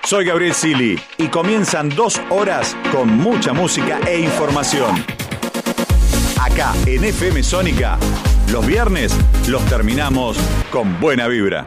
Soy Gabriel Sili y comienzan 2 horas con mucha música e información. Acá en FM Sónica, los viernes los terminamos con buena vibra.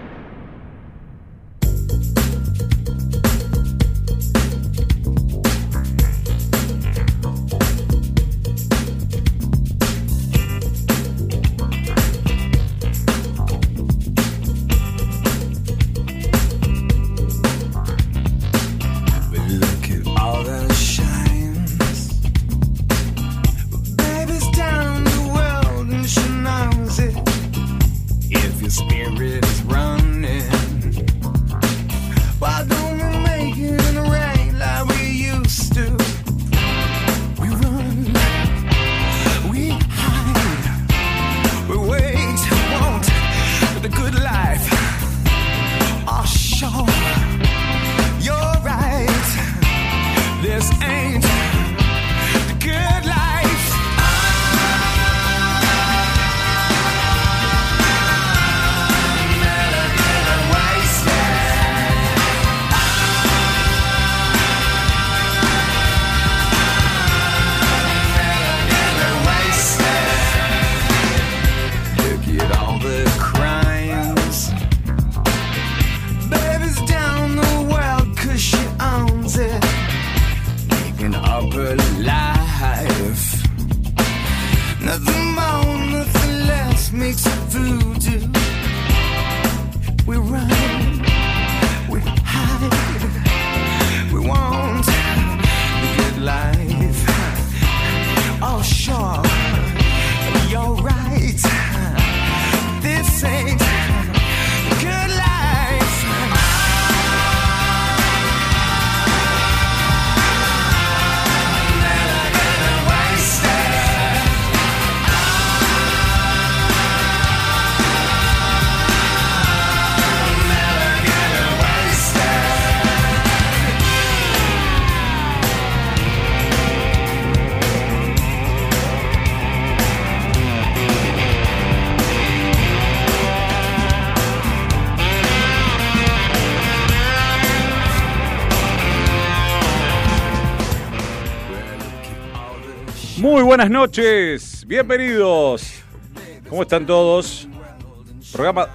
Muy buenas noches, bienvenidos. ¿Cómo están todos? Programa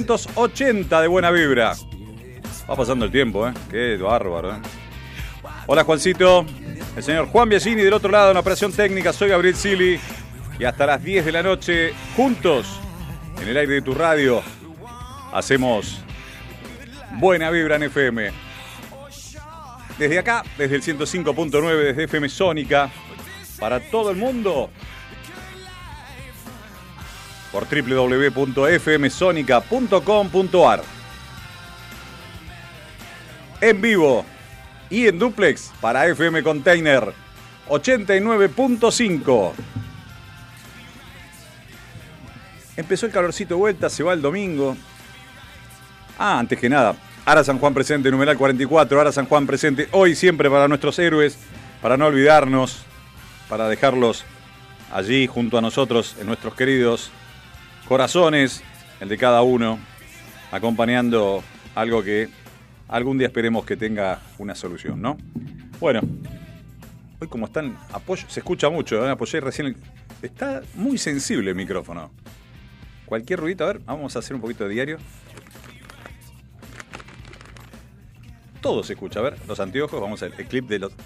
280 de Buena Vibra. Va pasando el tiempo, Qué bárbaro, Hola Juancito, el señor Juan Biagini del otro lado en la operación técnica. Soy Gabriel Sili y hasta las 10 de la noche juntos en el aire de tu radio hacemos Buena Vibra en FM. Desde acá, desde el 105.9, desde FM Sónica, para todo el mundo, por www.fmsonica.com.ar. En vivo y en duplex para FM Container 89.5. Empezó el calorcito de vuelta, se va el domingo. Antes que nada, Ara San Juan presente, numeral 44, Ara San Juan presente, hoy siempre para nuestros héroes, para no olvidarnos, para dejarlos allí junto a nosotros en nuestros queridos corazones, el de cada uno, acompañando algo que algún día esperemos que tenga una solución, ¿no? Bueno, hoy como están, apoyo, se escucha mucho, apoyé recién, está muy sensible el micrófono. Cualquier ruidito, a ver, vamos a hacer un poquito de diario. Todo se escucha, a ver, los anteojos, vamos a ver el clip de los...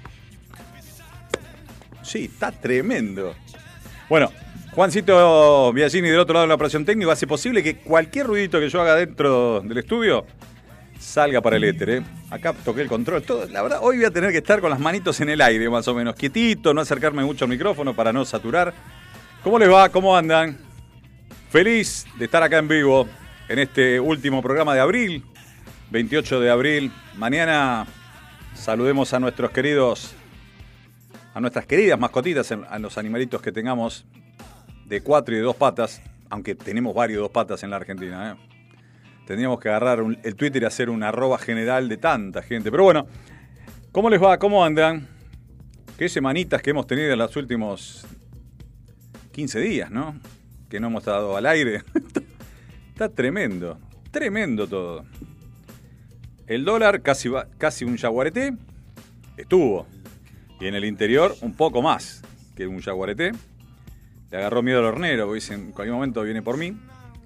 Sí, está tremendo. Bueno, Juancito Biagini del otro lado de la operación técnica hace posible que cualquier ruidito que yo haga dentro del estudio salga para el éter, Acá toqué el control. Todo, la verdad, hoy voy a tener que estar con las manitos en el aire, más o menos. Quietito, no acercarme mucho al micrófono para no saturar. ¿Cómo les va? ¿Cómo andan? Feliz de estar acá en vivo en este último programa de abril, 28 de abril. Mañana saludemos a nuestros queridos... a nuestras queridas mascotitas, a los animalitos que tengamos de 4 y de 2 patas, aunque tenemos varios de 2 patas en la Argentina. Tendríamos que agarrar el Twitter y hacer un @ general de tanta gente. Pero bueno, ¿cómo les va? ¿Cómo andan? Qué semanitas que hemos tenido en los últimos 15 días, ¿no? Que no hemos estado al aire. Está tremendo, tremendo todo. El dólar casi un yaguareté estuvo. Y en el interior un poco más que un yaguareté. Le agarró miedo al hornero, porque dice, en cualquier momento viene por mí.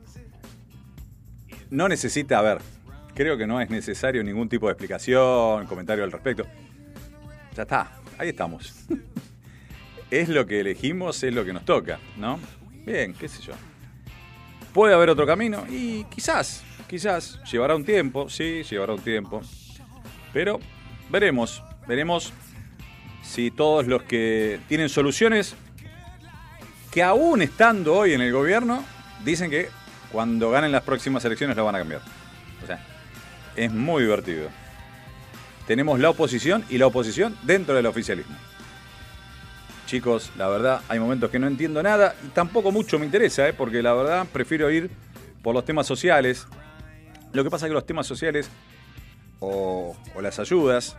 No necesita, a ver, creo que no es necesario ningún tipo de explicación, comentario al respecto. Ya está, ahí estamos. Es lo que elegimos, es lo que nos toca, ¿no? Bien, qué sé yo. ¿Puede haber otro camino? Y quizás, llevará un tiempo, sí, llevará un tiempo. Pero veremos si todos los que tienen soluciones, que aún estando hoy en el gobierno, dicen que cuando ganen las próximas elecciones lo van a cambiar. O sea, es muy divertido. Tenemos la oposición y la oposición dentro del oficialismo. Chicos, la verdad, hay momentos que no entiendo nada y tampoco mucho me interesa, porque la verdad prefiero ir por los temas sociales. Lo que pasa es que los temas sociales o las ayudas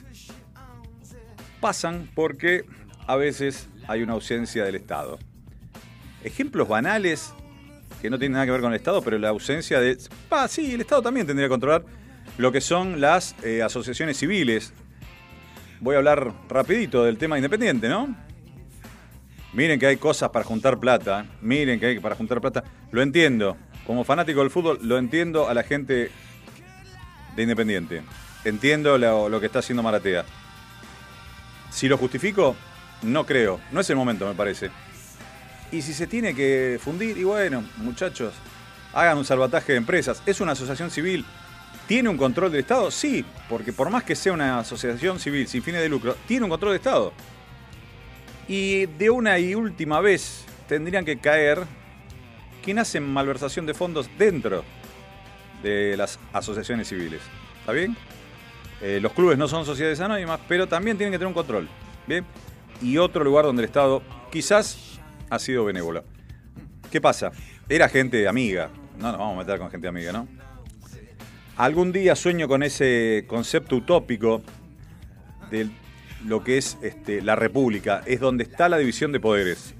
pasan porque a veces hay una ausencia del Estado. Ejemplos banales que no tienen nada que ver con el Estado, pero la ausencia de... sí, el Estado también tendría que controlar lo que son las asociaciones civiles. Voy a hablar rapidito del tema independiente, ¿no? Miren que hay cosas para juntar plata. Lo entiendo. Como fanático del fútbol, lo entiendo a la gente de Independiente. Entiendo lo que está haciendo Maratea. Si lo justifico, no creo. No es el momento, me parece. Y si se tiene que fundir, y bueno, muchachos, hagan un salvataje de empresas. Es una asociación civil. ¿Tiene un control del Estado? Sí, porque por más que sea una asociación civil sin fines de lucro, tiene un control del Estado. Y de una y última vez tendrían que caer quien hace malversación de fondos dentro de las asociaciones civiles. ¿Está bien? Los clubes no son sociedades anónimas, pero también tienen que tener un control. ¿Bien? Y otro lugar donde el Estado quizás ha sido benévolo. ¿Qué pasa? Era gente amiga. No nos vamos a meter con gente amiga, ¿no? Algún día sueño con ese concepto utópico de lo que es la república. Es donde está la división de poderes.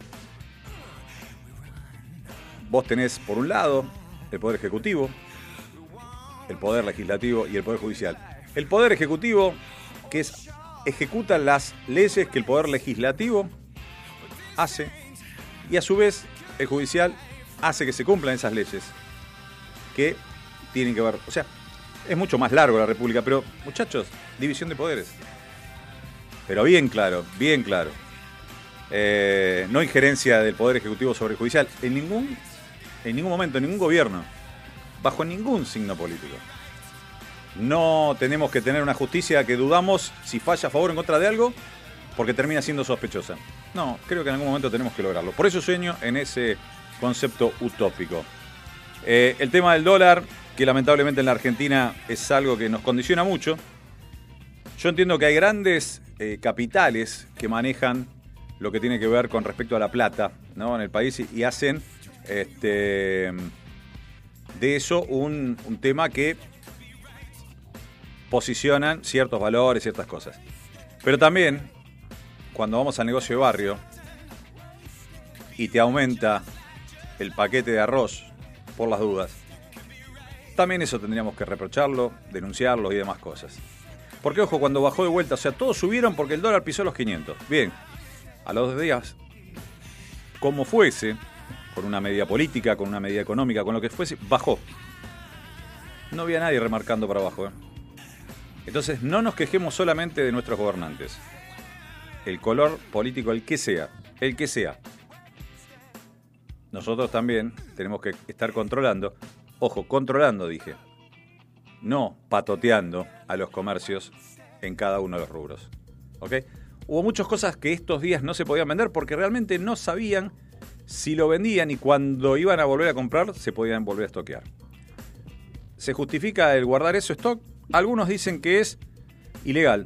Vos tenés, por un lado, el poder ejecutivo, el poder legislativo y el poder judicial. El poder ejecutivo, que ejecuta las leyes que el poder legislativo hace, y a su vez el judicial hace que se cumplan esas leyes que tienen que ver, o sea, es mucho más largo la república, pero muchachos, división de poderes. Pero bien claro, bien claro. No injerencia del poder ejecutivo sobre el judicial en ningún momento, en ningún gobierno, bajo ningún signo político. No tenemos que tener una justicia que dudamos si falla a favor o en contra de algo porque termina siendo sospechosa. No, creo que en algún momento tenemos que lograrlo. Por eso sueño en ese concepto utópico. El tema del dólar, que lamentablemente en la Argentina es algo que nos condiciona mucho. Yo entiendo que hay grandes capitales que manejan lo que tiene que ver con respecto a la plata, ¿no?, en el país y hacen de eso un tema que posicionan ciertos valores, ciertas cosas. Pero también, cuando vamos al negocio de barrio y te aumenta el paquete de arroz por las dudas, también eso tendríamos que reprocharlo, denunciarlo y demás cosas. Porque, ojo, cuando bajó de vuelta, o sea, todos subieron porque el dólar pisó los 500. Bien, a los 2 días, como fuese, con una medida política, con una medida económica, con lo que fuese, bajó. No había nadie remarcando para abajo, Entonces, no nos quejemos solamente de nuestros gobernantes. El color político, el que sea. Nosotros también tenemos que estar controlando. Ojo, controlando, dije. No patoteando a los comercios en cada uno de los rubros. ¿Ok? Hubo muchas cosas que estos días no se podían vender porque realmente no sabían si lo vendían y cuando iban a volver a comprar se podían volver a estoquear. ¿Se justifica el guardar eso stock? Algunos dicen que es ilegal.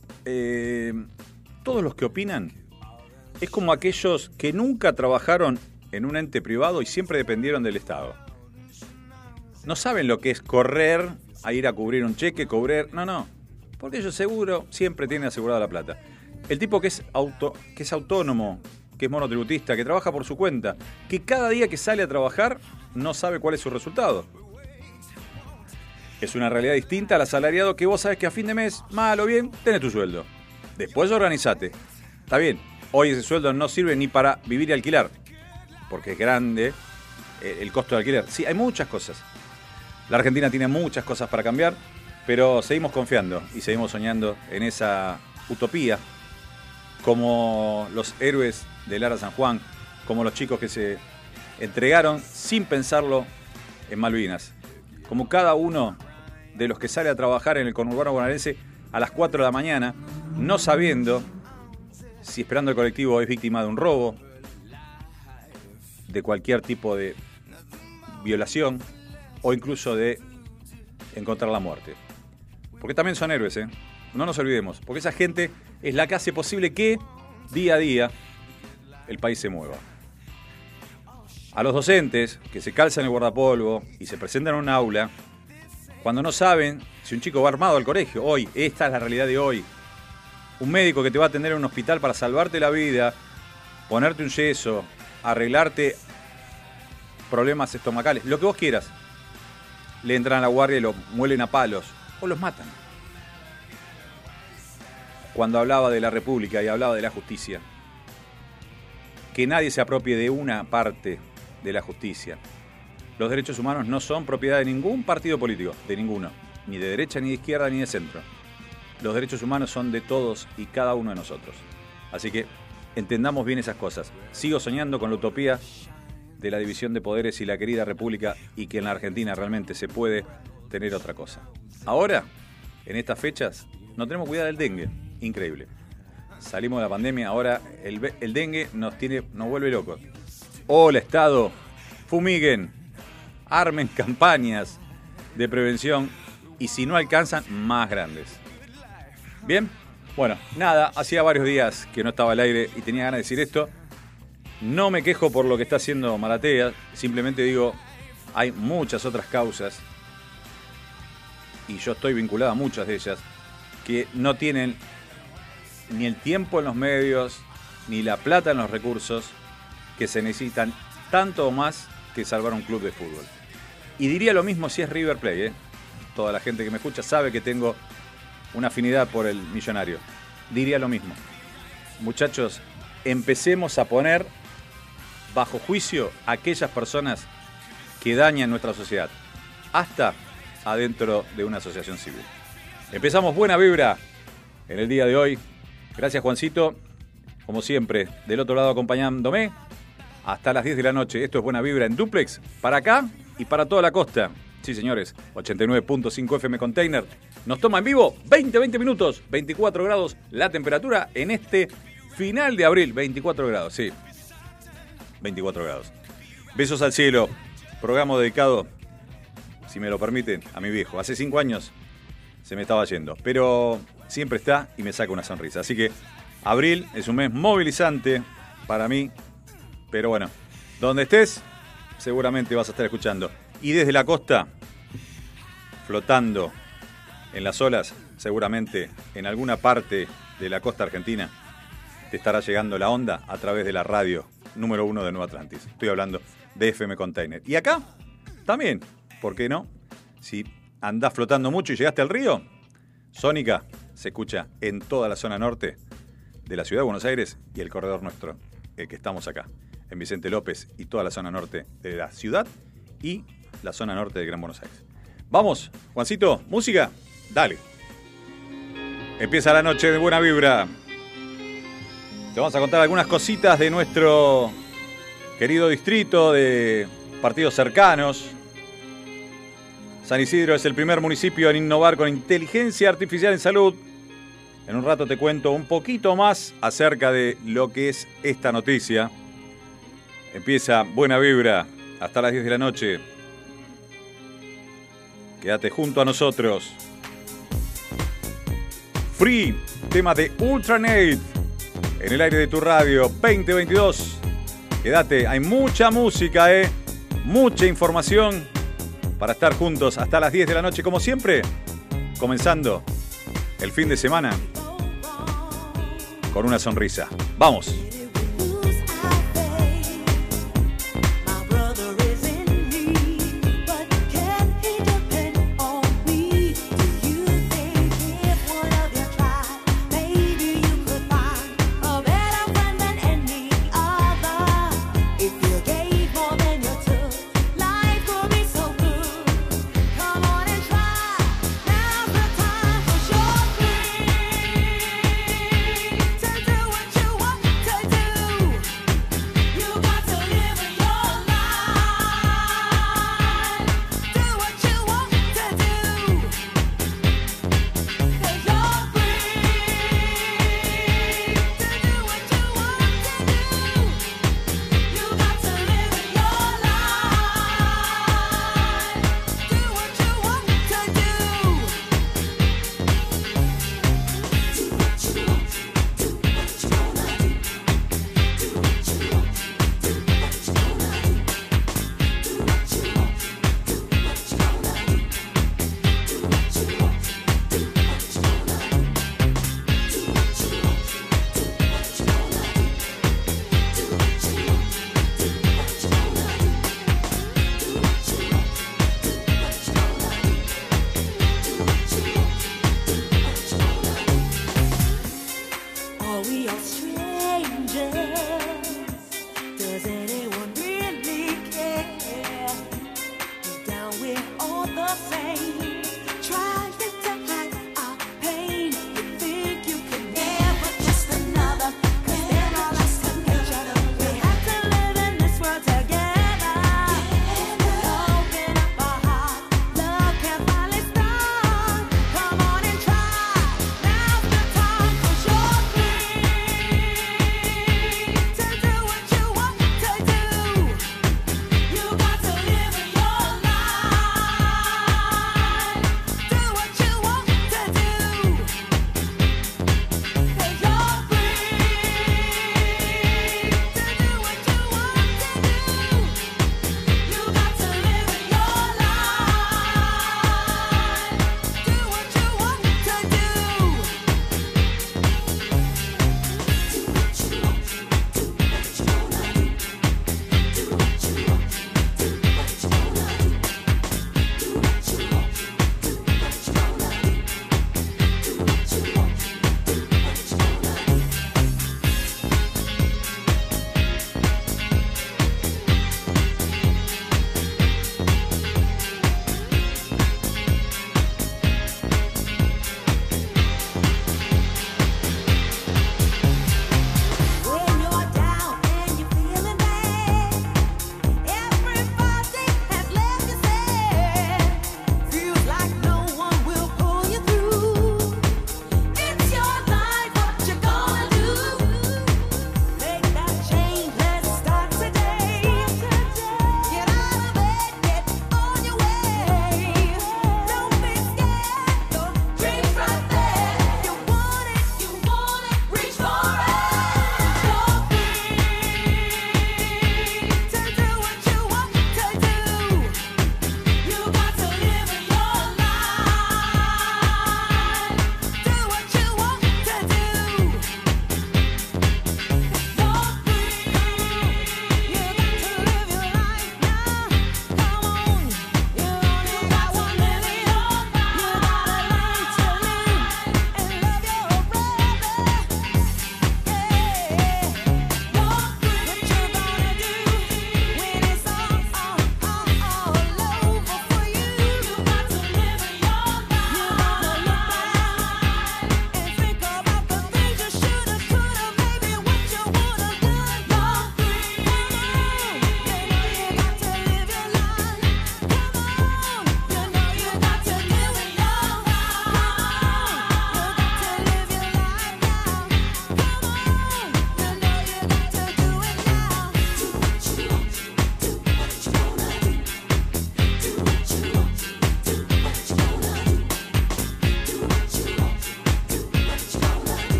Todos los que opinan es como aquellos que nunca trabajaron en un ente privado y siempre dependieron del Estado. No saben lo que es correr a ir a cubrir un cheque, cobrar... No. Porque ellos seguro siempre tienen asegurada la plata. El tipo que es autónomo, que es monotributista, que trabaja por su cuenta, que cada día que sale a trabajar no sabe cuál es su resultado. Es una realidad distinta al asalariado que vos sabés que a fin de mes, mal o bien, tenés tu sueldo. Después organizate. Está bien, hoy ese sueldo no sirve ni para vivir y alquilar, porque es grande el costo de alquiler. Sí, hay muchas cosas. La Argentina tiene muchas cosas para cambiar, pero seguimos confiando y seguimos soñando en esa utopía, como los héroes de Lara San Juan, como los chicos que se entregaron sin pensarlo en Malvinas, como cada uno de los que sale a trabajar en el conurbano bonaerense a las 4 de la mañana, no sabiendo si esperando el colectivo es víctima de un robo, de cualquier tipo de violación o incluso de encontrar la muerte. Porque también son héroes, ¿eh? No nos olvidemos, porque esa gente es la que hace posible que día a día el país se mueva. A los docentes que se calzan el guardapolvo y se presentan en un aula cuando no saben si un chico va armado al colegio. Hoy, esta es la realidad de hoy. Un médico que te va a atender en un hospital para salvarte la vida, ponerte un yeso, arreglarte problemas estomacales, lo que vos quieras. Le entran a la guardia y lo muelen a palos o los matan. Cuando hablaba de la República y hablaba de la justicia, que nadie se apropie de una parte de la justicia. Los derechos humanos no son propiedad de ningún partido político, de ninguno, ni de derecha, ni de izquierda, ni de centro. Los derechos humanos son de todos y cada uno de nosotros. Así que entendamos bien esas cosas. Sigo soñando con la utopía de la división de poderes y la querida República, y que en la Argentina realmente se puede tener otra cosa. Ahora, en estas fechas, no tenemos cuidado del dengue. Increíble. Salimos de la pandemia, ahora el dengue nos vuelve locos. Hola, Estado, fumiguen, armen campañas de prevención y si no alcanzan, más grandes. Bien, bueno, nada, hacía varios días que no estaba al aire y tenía ganas de decir esto. No me quejo por lo que está haciendo Maratea, simplemente digo, hay muchas otras causas y yo estoy vinculado a muchas de ellas que no tienen ni el tiempo en los medios, ni la plata en los recursos que se necesitan, tanto o más que salvar un club de fútbol. Y diría lo mismo si es River Plate, ¿eh? Toda la gente que me escucha sabe que tengo una afinidad por el Millonario. Diría lo mismo. Muchachos, empecemos a poner bajo juicio a aquellas personas que dañan nuestra sociedad, hasta adentro de una asociación civil. Empezamos buena vibra en el día de hoy. Gracias, Juancito, como siempre, del otro lado acompañándome hasta las 10 de la noche. Esto es Buena Vibra en Duplex, para acá y para toda la costa. Sí, señores, 89.5 FM Container. Nos toma en vivo 20 minutos, 24 grados la temperatura en este final de abril. 24 grados, sí. 24 grados. Besos al cielo. Programa dedicado, si me lo permiten, a mi viejo. Hace 5 años se me estaba yendo, pero siempre está y me saca una sonrisa. Así que abril es un mes movilizante para mí. Pero bueno, donde estés, seguramente vas a estar escuchando. Y desde la costa, flotando en las olas, seguramente en alguna parte de la costa argentina, te estará llegando la onda a través de la radio número 1 de Nueva Atlantis. Estoy hablando de FM Container. Y acá, también, ¿por qué no? Si andás flotando mucho y llegaste al río, Sónica se escucha en toda la zona norte de la ciudad de Buenos Aires y el corredor nuestro, el que estamos acá, en Vicente López y toda la zona norte de la ciudad y la zona norte de Gran Buenos Aires. Vamos, Juancito, música, dale. Empieza la noche de Buena Vibra. Te vamos a contar algunas cositas de nuestro querido distrito, de partidos cercanos. San Isidro es el primer municipio en innovar con inteligencia artificial en salud. En un rato te cuento un poquito más acerca de lo que es esta noticia. Empieza Buena Vibra hasta las 10 de la noche. Quédate junto a nosotros. Free, tema de Ultranate, en el aire de tu radio 2022. Quédate, hay mucha música, mucha información para estar juntos hasta las 10 de la noche, como siempre, comenzando el fin de semana con una sonrisa. ¡Vamos! My brother is in need, but can he depend on me?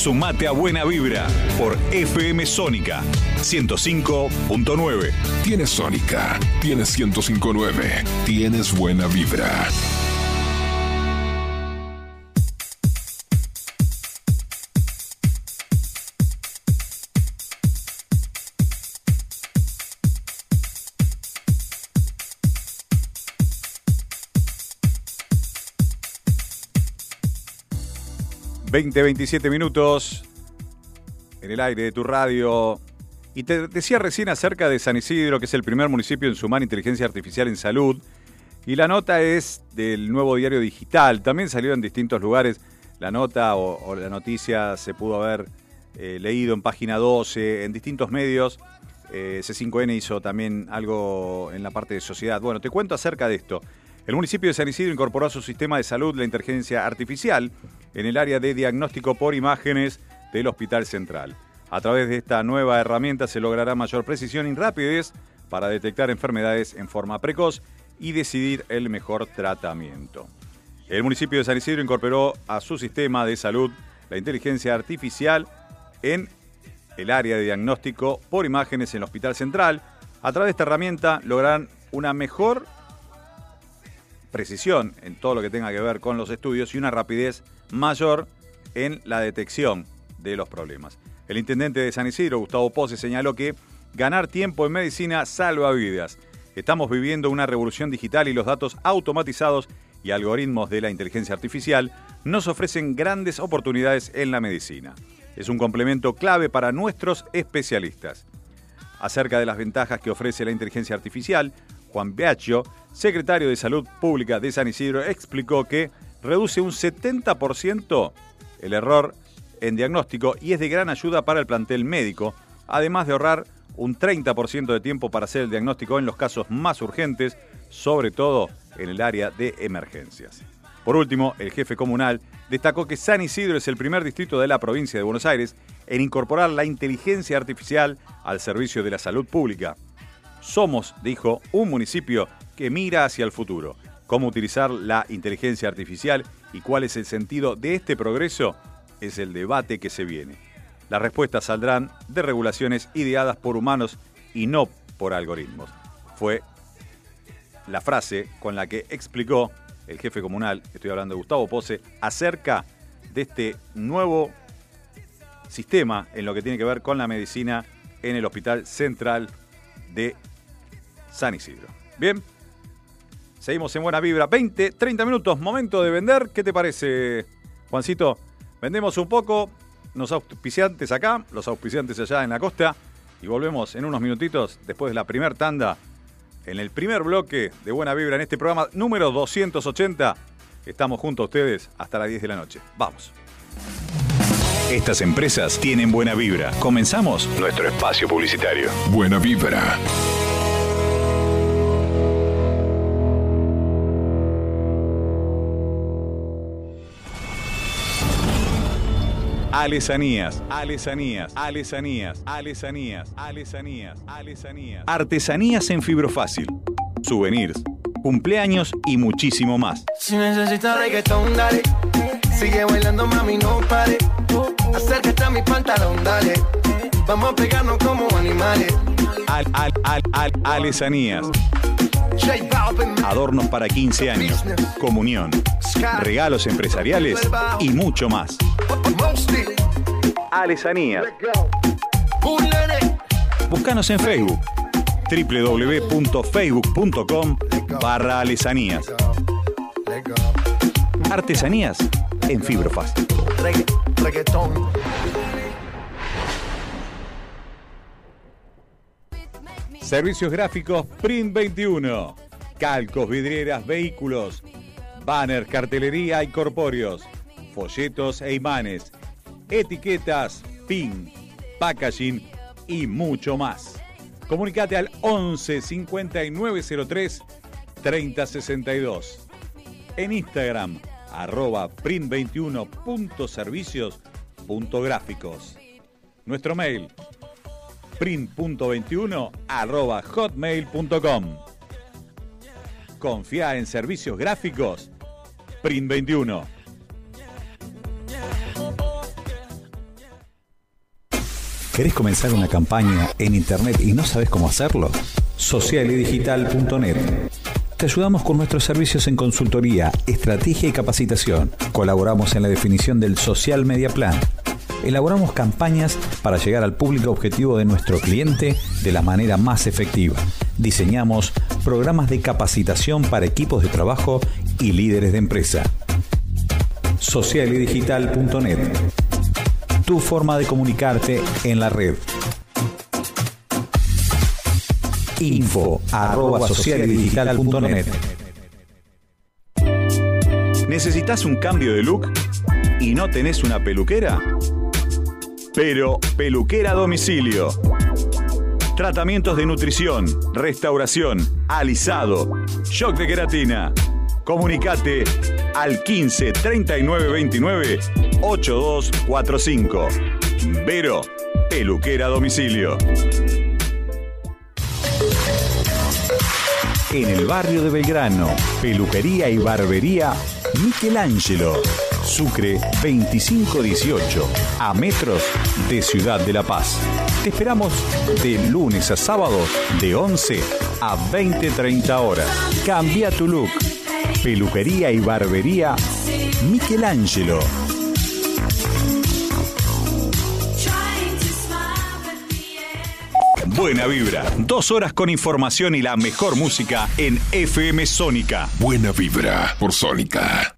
Sumate a Buena Vibra por FM Sónica 105.9. Tienes Sónica, tienes 105.9, tienes Buena Vibra. ...27 en el aire de tu radio. Y te decía recién acerca de San Isidro, que es el primer municipio en sumar inteligencia artificial en salud. Y la nota es del Nuevo Diario Digital. También salió en distintos lugares. La nota o la noticia se pudo haber leído en Página 12, en distintos medios. C5N hizo también algo en la parte de sociedad. Bueno, te cuento acerca de esto. El municipio de San Isidro incorporó a su sistema de salud la inteligencia artificial en el área de diagnóstico por imágenes del Hospital Central. A través de esta nueva herramienta se logrará mayor precisión y rapidez para detectar enfermedades en forma precoz y decidir el mejor tratamiento. El municipio de San Isidro incorporó a su sistema de salud la inteligencia artificial en el área de diagnóstico por imágenes en el Hospital Central. A través de esta herramienta lograrán una mejor precisión en todo lo que tenga que ver con los estudios y una rapidez mayor en la detección de los problemas. El intendente de San Isidro, Gustavo Pose, señaló que ganar tiempo en medicina salva vidas. Estamos viviendo una revolución digital y los datos automatizados y algoritmos de la inteligencia artificial nos ofrecen grandes oportunidades en la medicina. Es un complemento clave para nuestros especialistas. Acerca de las ventajas que ofrece la inteligencia artificial, Juan Biagio, secretario de Salud Pública de San Isidro, explicó que reduce un 70% el error en diagnóstico y es de gran ayuda para el plantel médico, además de ahorrar un 30% de tiempo para hacer el diagnóstico en los casos más urgentes, sobre todo en el área de emergencias. Por último, el jefe comunal destacó que San Isidro es el primer distrito de la provincia de Buenos Aires en incorporar la inteligencia artificial al servicio de la salud pública. Somos, dijo, un municipio que mira hacia el futuro. ¿Cómo utilizar la inteligencia artificial y cuál es el sentido de este progreso? Es el debate que se viene. Las respuestas saldrán de regulaciones ideadas por humanos y no por algoritmos. Fue la frase con la que explicó el jefe comunal, estoy hablando de Gustavo Pose, acerca de este nuevo sistema en lo que tiene que ver con la medicina en el Hospital Central de San Isidro. Bien, seguimos en Buena Vibra. 30 minutos, momento de vender. ¿Qué te parece, Juancito? Vendemos un poco, los auspiciantes acá, los auspiciantes allá en la costa, y volvemos en unos minutitos después de la primer tanda, en el primer bloque de Buena Vibra en este programa número 280. Estamos junto a ustedes hasta las 10 de la noche. Vamos. Estas empresas tienen buena vibra. Comenzamos nuestro espacio publicitario. Buena Vibra. Alesanías. Artesanías en fibrofácil. Souvenirs, cumpleaños y muchísimo más. Si necesitas reggaetón, dale. Sigue bailando, mami, no pare. Acércate a mi pantalón, dale. Vamos a pegarnos como animales. Alesanías. Adornos para 15 años, comunión, regalos empresariales y mucho más. Alesanías. Búscanos en Facebook. www.facebook.com/alesanías. Artesanías en fibrofácil. Reggaetón. Servicios gráficos Print 21. Calcos, vidrieras, vehículos, banner, cartelería y corpóreos, folletos e imanes, etiquetas, pin, packaging y mucho más. Comunicate al 11 5903 3062. En Instagram, @print21.servicios.gráficos. Nuestro mail, print.21@hotmail.com. Confía en servicios gráficos Print 21. ¿Querés comenzar una campaña en internet y no sabes cómo hacerlo? Socialidigital.net. Te ayudamos con nuestros servicios en consultoría, estrategia y capacitación. Colaboramos en la definición del Social Media Plan. Elaboramos campañas para llegar al público objetivo de nuestro cliente de la manera más efectiva. Diseñamos programas de capacitación para equipos de trabajo y líderes de empresa. Socialidigital.net. Tu forma de comunicarte en la red. info@socialidigital.net. ¿Necesitas un cambio de look y no tenés una peluquera? Pero Peluquera a Domicilio. Tratamientos de nutrición, restauración, alisado, shock de queratina. Comunicate al 15 39 29 8245. Vero, Peluquera a Domicilio. En el barrio de Belgrano, peluquería y barbería Michelangelo. Sucre 2518, a metros de Ciudad de La Paz. Te esperamos de lunes a sábado de 11 a 20:30 horas. Cambia tu look. Peluquería y barbería Michelangelo. Buena Vibra, 2 horas con información y la mejor música en FM Sónica. Buena Vibra por Sónica.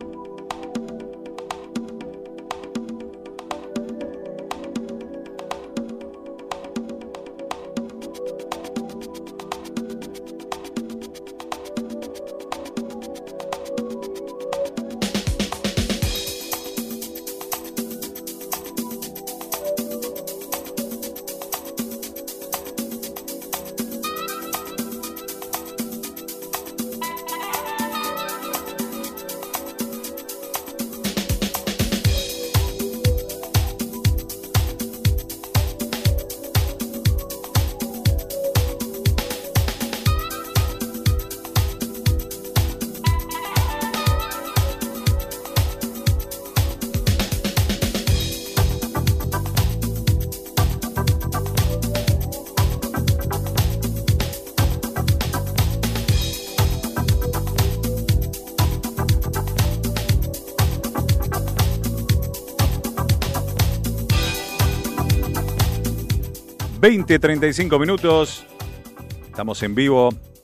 ...20:35. Estamos en vivo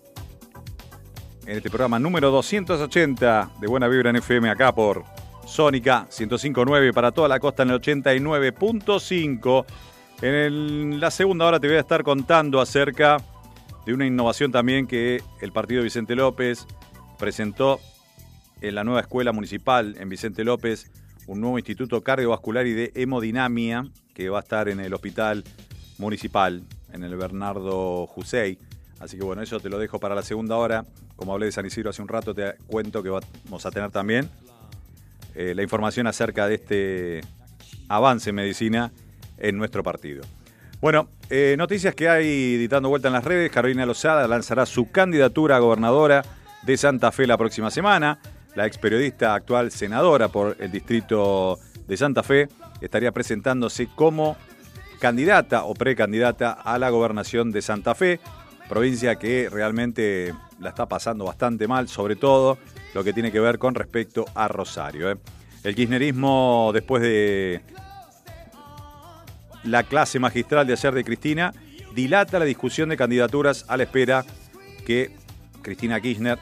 en este programa número 280 de Buena Vibra en FM, acá por Sónica 105.9 para toda la costa en el 89.5. En la segunda hora te voy a estar contando acerca de una innovación también que el partido Vicente López presentó en la nueva escuela municipal en Vicente López, un nuevo instituto cardiovascular y de hemodinamia que va a estar en el hospital municipal, en el Bernardo Jusey. Así que bueno, eso te lo dejo para la segunda hora. Como hablé de San Isidro hace un rato, te cuento que vamos a tener también la información acerca de este avance en medicina en nuestro partido. Bueno, noticias que hay dando vuelta en las redes. Carolina Lozada lanzará su candidatura a gobernadora de Santa Fe la próxima semana. La ex periodista, actual senadora por el distrito de Santa Fe, estaría presentándose como candidata o precandidata a la gobernación de Santa Fe, provincia que realmente la está pasando bastante mal, sobre todo lo que tiene que ver con respecto a Rosario. El kirchnerismo, después de la clase magistral de ayer de Cristina, dilata la discusión de candidaturas a la espera que Cristina Kirchner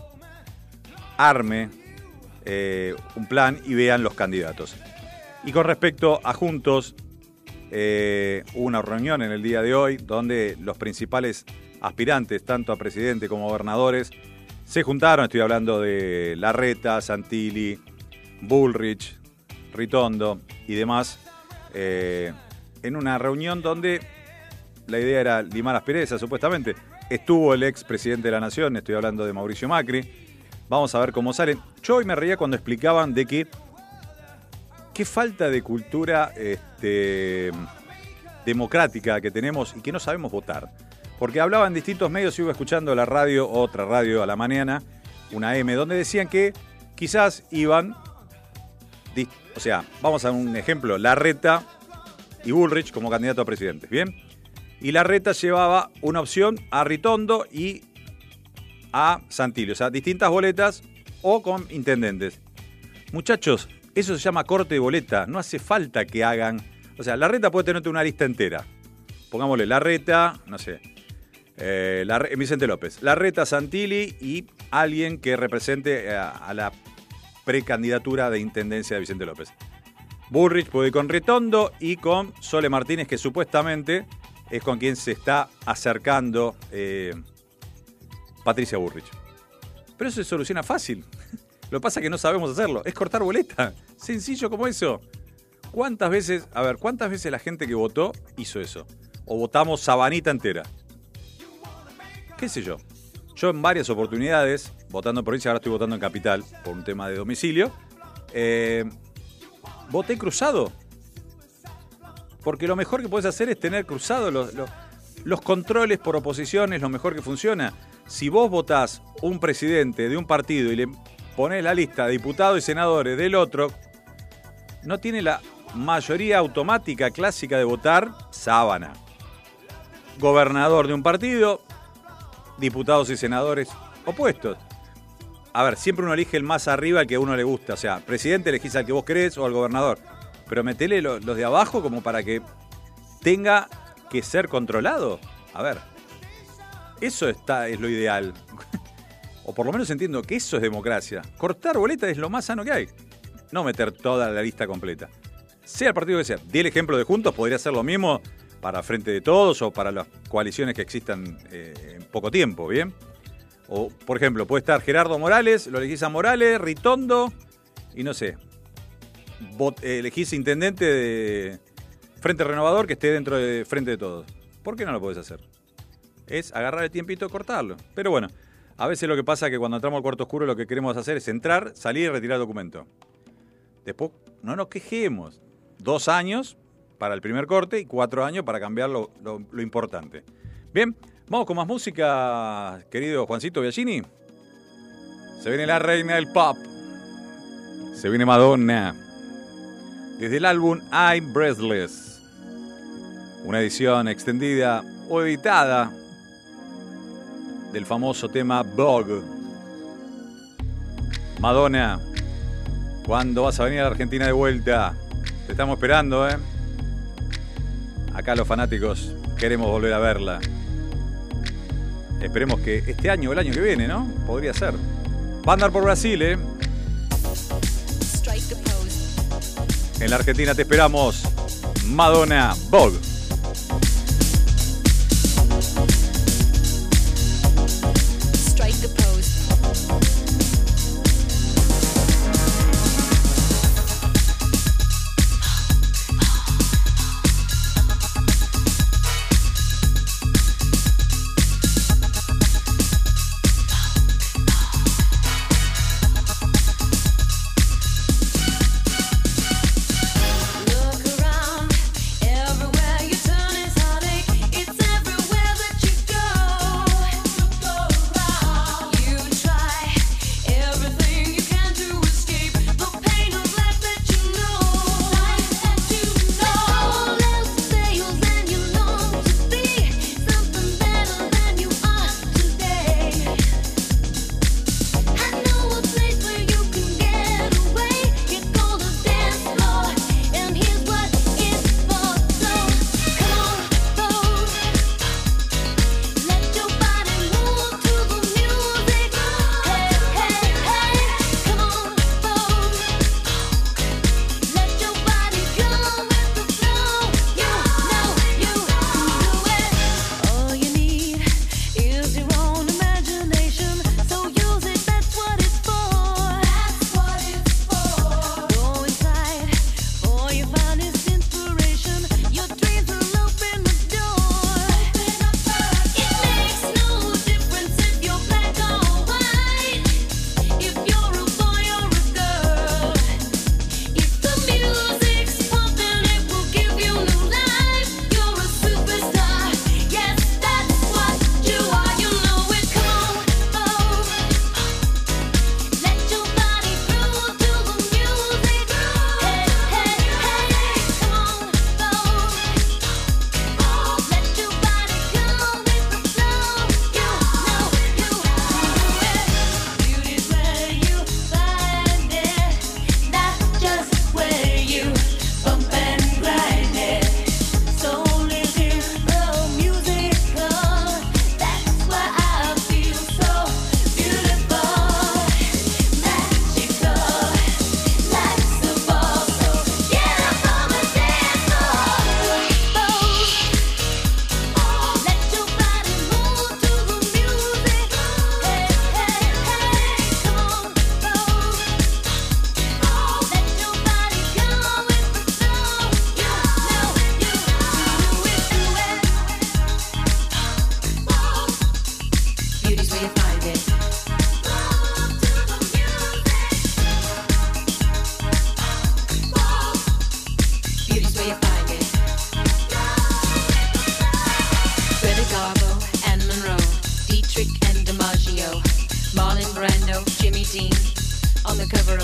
arme un plan y vean los candidatos. Y con respecto a Juntos, hubo una reunión en el día de hoy donde los principales aspirantes, tanto a presidente como a gobernadores, se juntaron. Estoy hablando de Larreta, Santilli, Bullrich, Ritondo y demás, en una reunión donde la idea era limar asperezas, supuestamente. Estuvo el ex presidente de la Nación, estoy hablando de Mauricio Macri. Vamos a ver cómo salen. Yo hoy me reía cuando explicaban de que qué falta de cultura democrática que tenemos y que no sabemos votar. Porque hablaban en distintos medios, iba escuchando la radio, otra radio a la mañana, una M, donde decían que quizás iban, o sea, vamos a un ejemplo, Larreta y Bullrich como candidato a presidente. ¿Bien? Y Larreta llevaba una opción a Ritondo y a Santilli. O sea, distintas boletas o con intendentes. Muchachos, eso se llama corte de boleta. No hace falta que hagan... O sea, Larreta puede tenerte una lista entera. Pongámosle Larreta, no sé, Vicente López. Larreta, Santilli y alguien que represente a la precandidatura de intendencia de Vicente López. Bullrich puede ir con Ritondo y con Sole Martínez, que supuestamente es con quien se está acercando Patricia Bullrich. Pero eso se soluciona fácil. Lo que pasa es que no sabemos hacerlo. Es cortar boleta. Sencillo como eso. ¿Cuántas veces la gente que votó hizo eso? O votamos sabanita entera. ¿Qué sé yo? Yo en varias oportunidades, votando en provincia, ahora estoy votando en capital por un tema de domicilio, voté cruzado. Porque lo mejor que puedes hacer es tener cruzado los controles por oposición, es lo mejor que funciona. Si vos votás un presidente de un partido y le ponés la lista de diputados y senadores del otro, no tiene la mayoría automática clásica de votar sábana. Gobernador de un partido, diputados y senadores opuestos. A ver, siempre uno elige el más arriba, al que a uno le gusta. O sea, presidente elegís al que vos querés o al gobernador. Pero metele los de abajo como para que tenga que ser controlado. A ver, eso es lo ideal. O por lo menos entiendo que eso es democracia. Cortar boleta es lo más sano que hay. No meter toda la lista completa. Sea el partido que sea. Di el ejemplo de Juntos, podría ser lo mismo para Frente de Todos o para las coaliciones que existan en poco tiempo, ¿bien? O, por ejemplo, puede estar Gerardo Morales, lo elegís a Morales, Ritondo, y no sé, elegís intendente de Frente Renovador que esté dentro de Frente de Todos. ¿Por qué no lo podés hacer? Es agarrar el tiempito y cortarlo. Pero bueno, a veces lo que pasa es que cuando entramos al cuarto oscuro lo que queremos hacer es entrar, salir y retirar el documento. Después no nos quejemos. 2 años para el primer corte y 4 años para cambiar lo importante. Bien, vamos con más música, querido Juancito Biagini. Se viene la reina del pop. Se viene Madonna. Desde el álbum I'm Breathless. Una edición extendida o editada del famoso tema Vogue. Madonna, ¿cuándo vas a venir a la Argentina de vuelta? Te estamos esperando, ¿eh? Acá los fanáticos queremos volver a verla. Esperemos que este año o el año que viene, ¿no? Podría ser. Va a andar por Brasil, ¿eh? En la Argentina te esperamos. Madonna, Vogue. Look around, everywhere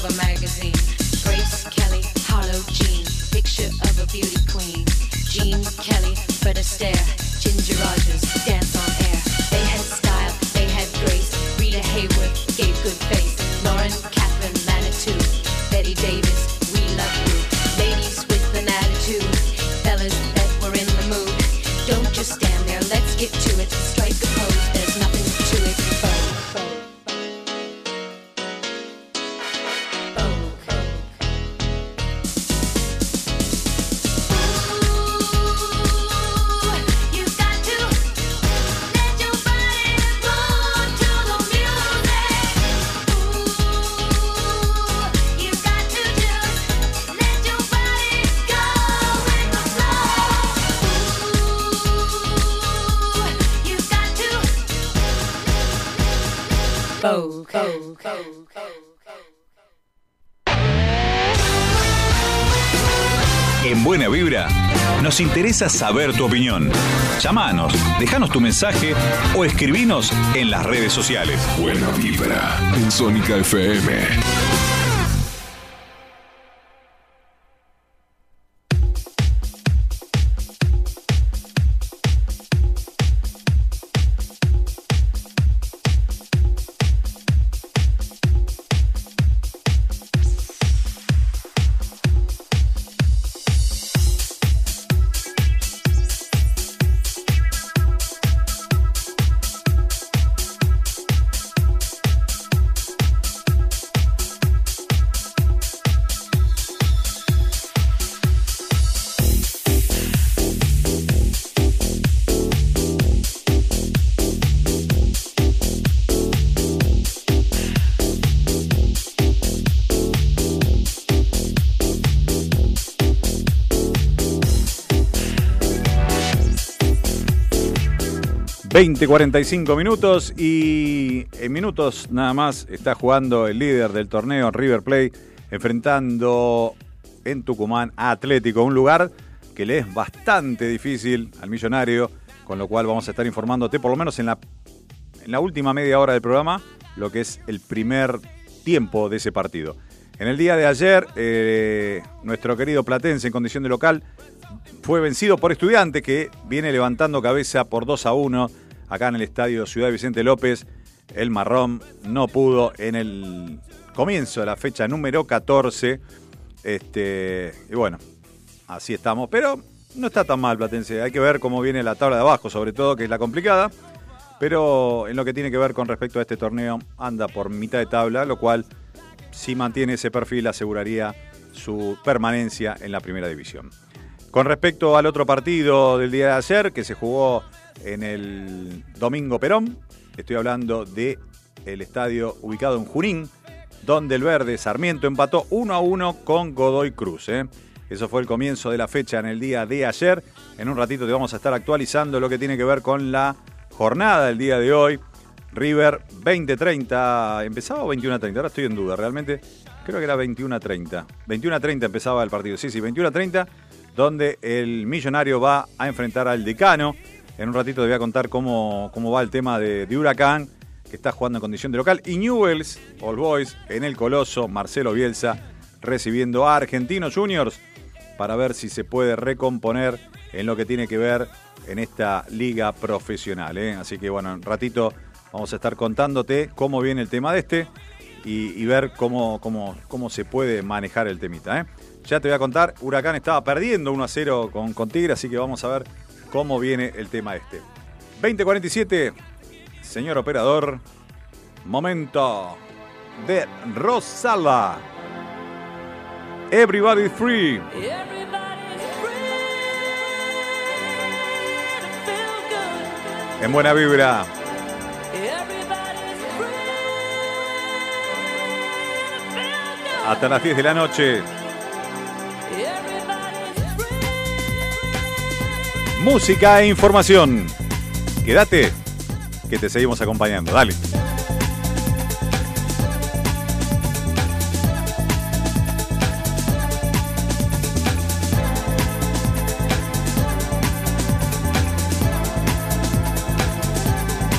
a magazine. Grace Kelly, Harlow Jean, picture of a beauty queen. Jean Kelly, Fred Astaire, Ginger Rogers, dance on air. They had style, they had grace. Rita Hayworth gave good face. Lauren Catherine Manitou, Betty Davis, we love you. Ladies with an attitude, fellas that were in the mood. Don't just stand there, let's get to it. Strike a pose, there's nothing to it. En Buena Vibra, nos interesa saber tu opinión. Llamanos, déjanos tu mensaje o escribinos en las redes sociales. Buena Vibra en Sónica FM. ...20:45 y en minutos nada más está jugando el líder del torneo, River Plate, enfrentando en Tucumán a Atlético, un lugar que le es bastante difícil al Millonario, con lo cual vamos a estar informándote, por lo menos en la última media hora del programa, lo que es el primer tiempo de ese partido. En el día de ayer, nuestro querido platense en condición de local fue vencido por Estudiantes, que viene levantando cabeza por 2-1 acá en el estadio Ciudad Vicente López. El marrón no pudo en el comienzo de la fecha número 14. Y bueno, así estamos. Pero no está tan mal Platense. Hay que ver cómo viene la tabla de abajo, sobre todo, que es la complicada. Pero en lo que tiene que ver con respecto a este torneo, anda por mitad de tabla, lo cual, si mantiene ese perfil, aseguraría su permanencia en la primera división. Con respecto al otro partido del día de ayer, que se jugó en el Domingo Perón, estoy hablando del estadio ubicado en Junín, donde el verde Sarmiento empató 1-1 con Godoy Cruz. Eso fue el comienzo de la fecha en el día de ayer. En un ratito te vamos a estar actualizando lo que tiene que ver con la jornada del día de hoy. River 20:30, ¿empezaba o 21:30? Ahora estoy en duda, realmente creo que era 21:30. 21:30 empezaba el partido, sí, 21:30, donde el Millonario va a enfrentar al Decano. En un ratito te voy a contar cómo va el tema de Huracán, que está jugando en condición de local, y Newell's Old Boys en el Coloso, Marcelo Bielsa recibiendo a Argentinos Juniors para ver si se puede recomponer en lo que tiene que ver en esta liga profesional. Así que bueno, en un ratito vamos a estar contándote cómo viene el tema de y ver cómo se puede manejar el temita. Ya te voy a contar, Huracán estaba perdiendo 1-0 con Tigre, así que vamos a ver cómo viene el tema 20:47, señor operador, momento de Rosala. Everybody's free. En Buena Vibra. Hasta las 10 de la noche. Música e información. Quédate, que te seguimos acompañando. Dale.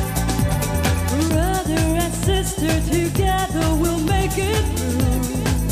Brother and sister together we'll make it through.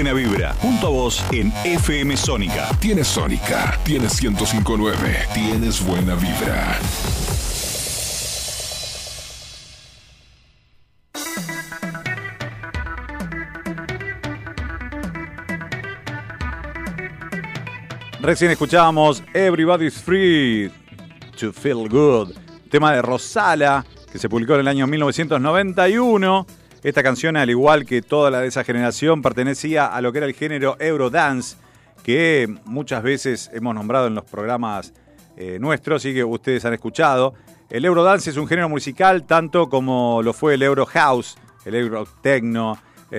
buena vibra, junto a vos en FM Sónica. Tienes Sónica, tienes 105.9, tienes buena vibra. Recién escuchábamos Everybody's Free to Feel Good, tema de Rosala, que se publicó en el año 1991. Esta canción, al igual que toda la de esa generación, pertenecía a lo que era el género Eurodance, que muchas veces hemos nombrado en los programas nuestros y que ustedes han escuchado. El Eurodance es un género musical tanto como lo fue el Euro House, el Euro Techno.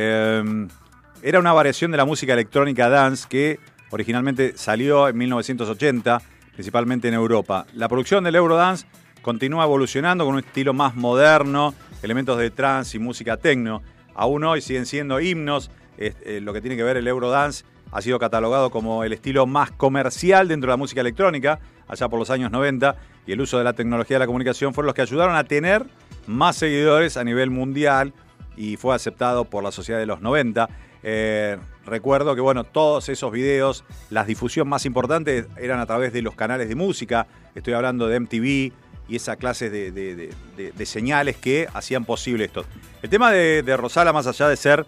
Era una variación de la música electrónica dance que originalmente salió en 1980, principalmente en Europa. La producción del Eurodance continúa evolucionando con un estilo más moderno, elementos de trance y música techno. Aún hoy siguen siendo himnos. Lo que tiene que ver el Eurodance ha sido catalogado como el estilo más comercial dentro de la música electrónica, allá por los años 90, y el uso de la tecnología de la comunicación fueron los que ayudaron a tener más seguidores a nivel mundial y fue aceptado por la sociedad de los 90. Recuerdo que todos esos videos, la difusión más importante eran a través de los canales de música. Estoy hablando de MTV y esa clase de señales que hacían posible esto. El tema de Rosala, más allá de ser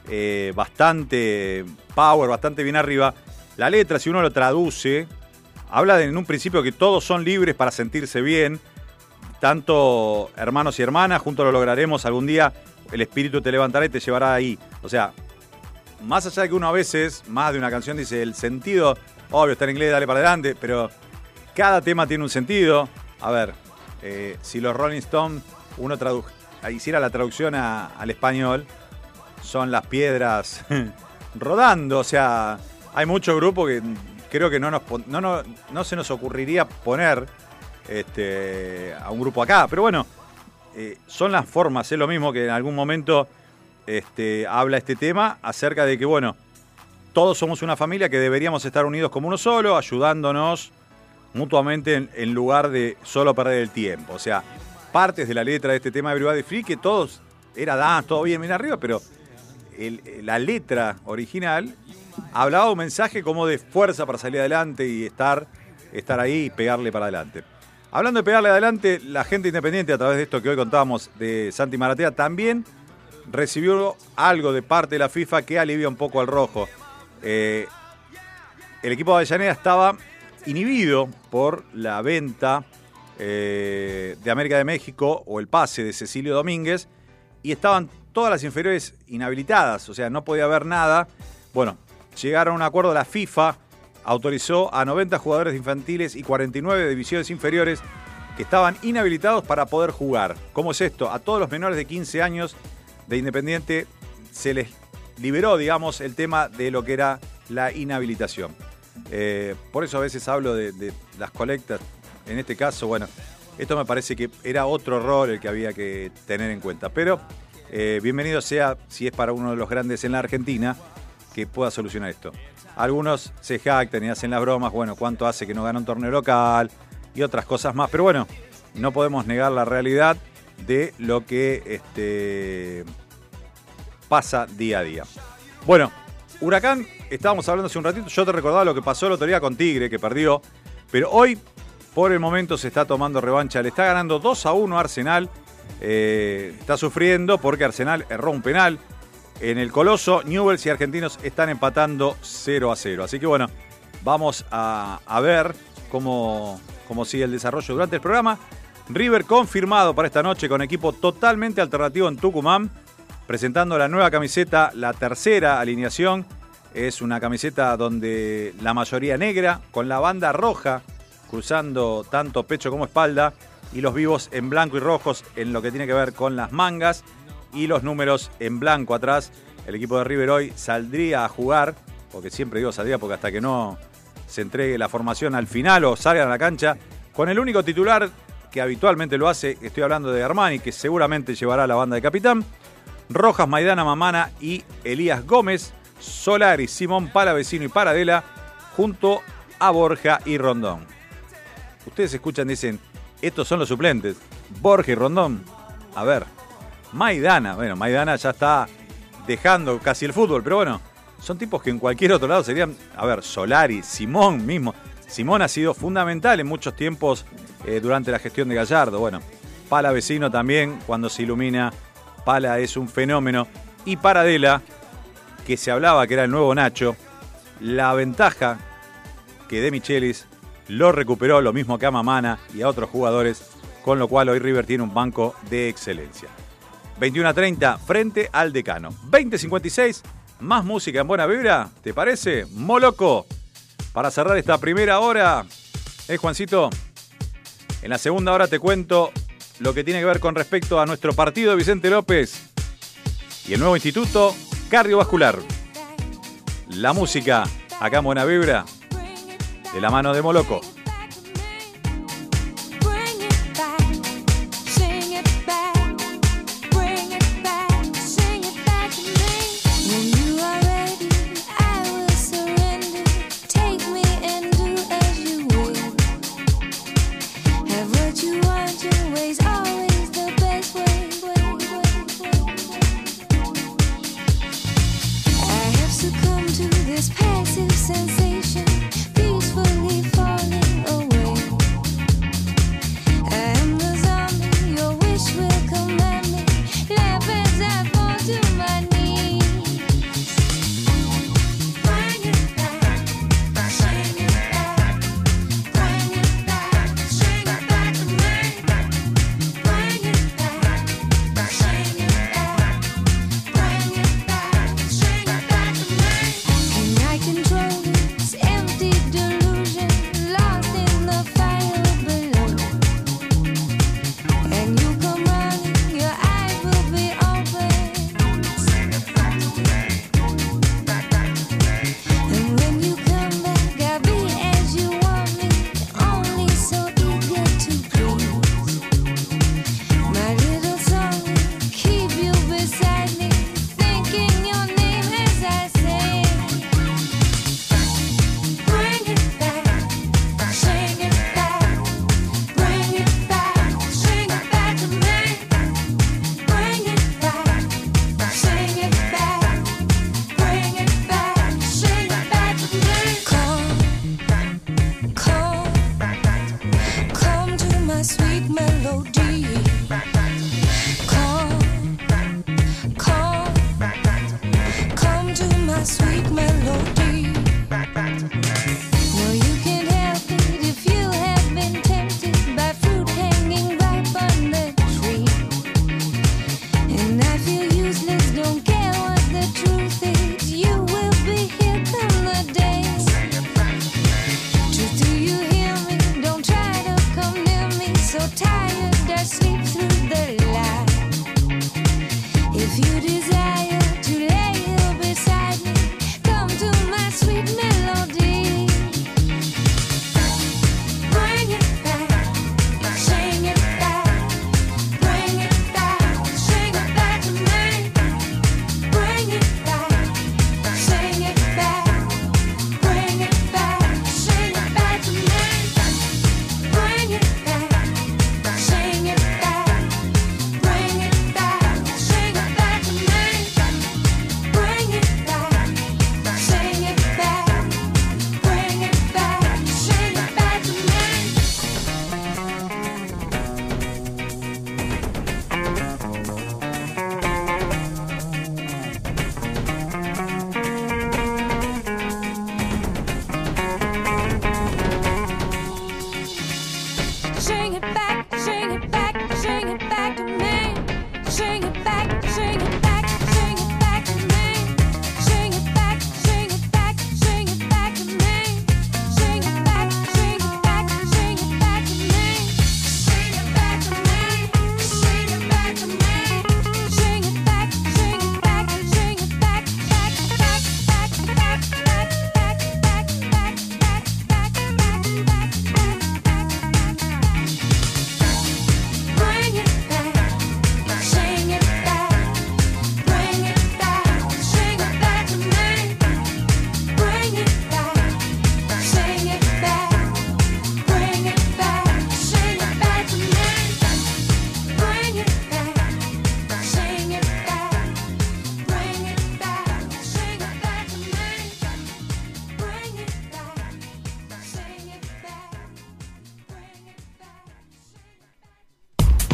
bastante power, bastante bien arriba, la letra, si uno lo traduce, habla en un principio que todos son libres para sentirse bien, tanto hermanos y hermanas, juntos lo lograremos algún día, el espíritu te levantará y te llevará ahí. O sea, más allá de que uno a veces, más de una canción dice el sentido, obvio, está en inglés, dale para adelante, pero cada tema tiene un sentido. A ver, si los Rolling Stones, uno hiciera la traducción al español, son las piedras rodando. O sea, hay muchos grupos que creo que no se nos ocurriría poner a un grupo acá. Pero bueno, son las formas, es lo mismo que en algún momento habla este tema acerca de que, todos somos una familia que deberíamos estar unidos como uno solo, ayudándonos mutuamente en lugar de solo perder el tiempo. O sea, partes de la letra de este tema de Everybody Free, que todos era dance, todo bien arriba, pero la letra original hablaba un mensaje como de fuerza para salir adelante y estar ahí y pegarle para adelante. Hablando de pegarle adelante, la gente independiente, a través de esto que hoy contábamos de Santi Maratea, también recibió algo de parte de la FIFA que alivia un poco al rojo. El equipo de Avellaneda estaba inhibido por la venta de América de México o el pase de Cecilio Domínguez y estaban todas las inferiores inhabilitadas, o sea, no podía haber nada. Llegaron a un acuerdo, la FIFA autorizó a 90 jugadores infantiles y 49 de divisiones inferiores que estaban inhabilitados para poder jugar. ¿Cómo es esto? A todos los menores de 15 años de Independiente se les liberó, digamos, el tema de lo que era la inhabilitación. Por eso a veces hablo de las colectas. En este caso, esto me parece que era otro rol el que había que tener en cuenta. Pero bienvenido sea, si es para uno de los grandes en la Argentina, que pueda solucionar esto. Algunos se jactan y hacen las bromas, cuánto hace que no gana un torneo local y otras cosas más. Pero no podemos negar la realidad de lo que pasa día a día. Huracán, estábamos hablando hace un ratito, yo te recordaba lo que pasó el otro día con Tigre, que perdió, pero hoy, por el momento, se está tomando revancha. Le está ganando 2-1 a Arsenal, está sufriendo porque Arsenal erró un penal. En el Coloso, Newell's y Argentinos están empatando 0-0. Así que vamos a ver cómo sigue el desarrollo durante el programa. River confirmado para esta noche con equipo totalmente alternativo en Tucumán, presentando la nueva camiseta, la tercera alineación. Es una camiseta donde la mayoría negra, con la banda roja cruzando tanto pecho como espalda, y los vivos en blanco y rojos en lo que tiene que ver con las mangas, y los números en blanco atrás. El equipo de River hoy saldría a jugar, porque siempre digo saldría porque hasta que no se entregue la formación al final o salgan a la cancha, con el único titular que habitualmente lo hace, estoy hablando de Armani, que seguramente llevará la banda de capitán. Rojas, Maidana, Mamana y Elías Gómez, Solari, Simón, Palavecino y Paradela, junto a Borja y Rondón. Ustedes escuchan, dicen, estos son los suplentes, Borja y Rondón. A ver, Maidana ya está dejando casi el fútbol, pero son tipos que en cualquier otro lado serían, a ver, Solari, Simón mismo. Simón ha sido fundamental en muchos tiempos durante la gestión de Gallardo. Bueno, Pala vecino también, cuando se ilumina, Pala es un fenómeno. Y Paradela, que se hablaba que era el nuevo Nacho, la ventaja que De Michelis lo recuperó, lo mismo que a Mamana y a otros jugadores, con lo cual hoy River tiene un banco de excelencia. 21:30 frente al Decano. 20:56, más música en buena vibra, ¿te parece? Moloco, para cerrar esta primera hora. Juancito, en la segunda hora te cuento lo que tiene que ver con respecto a nuestro partido de Vicente López y el nuevo instituto cardiovascular. La música acá en buena vibra, de la mano de Moloco. Sensation, peacefully falling.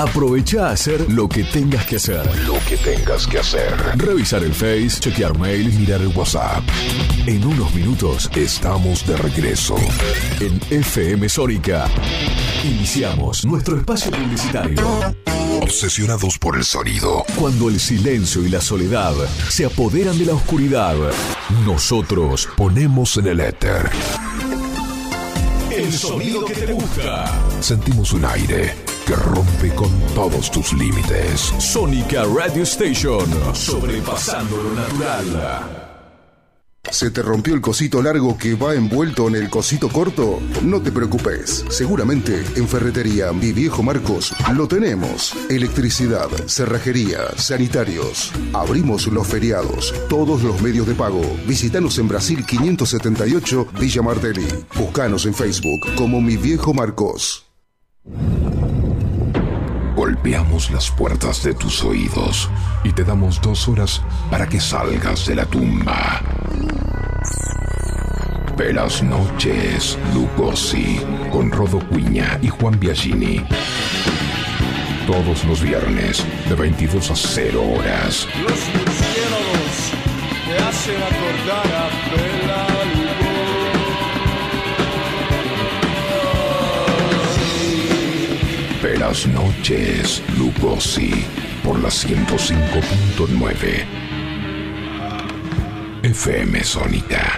Aprovecha a hacer lo que tengas que hacer. Revisar el Face, chequear mail, mirar el WhatsApp. En unos minutos estamos de regreso en FM Sónica. Iniciamos nuestro espacio publicitario. Obsesionados por el sonido. Cuando el silencio y la soledad se apoderan de la oscuridad, nosotros ponemos en el éter el sonido que te gusta. Sentimos un aire que rompe con todos tus límites. Sónica Radio Station, sobrepasando lo natural. ¿Se te rompió el cosito largo que va envuelto en el cosito corto? No te preocupes, seguramente en Ferretería Mi Viejo Marcos lo tenemos. Electricidad, cerrajería, sanitarios. Abrimos los feriados, todos los medios de pago. Visítanos en Brasil 578, Villa Martelli. Búscanos en Facebook como Mi Viejo Marcos. Golpeamos las puertas de tus oídos y te damos 2 horas para que salgas de la tumba. Pelas noches, Lugosi, con Rodo Cuiña y Juan Biagini. Todos los viernes, de 22 a 0 horas. Los murciélagos te hacen acordar a Bela Lugosi. Pelas noches, Lugosi, por la 105.9. FM Sónica.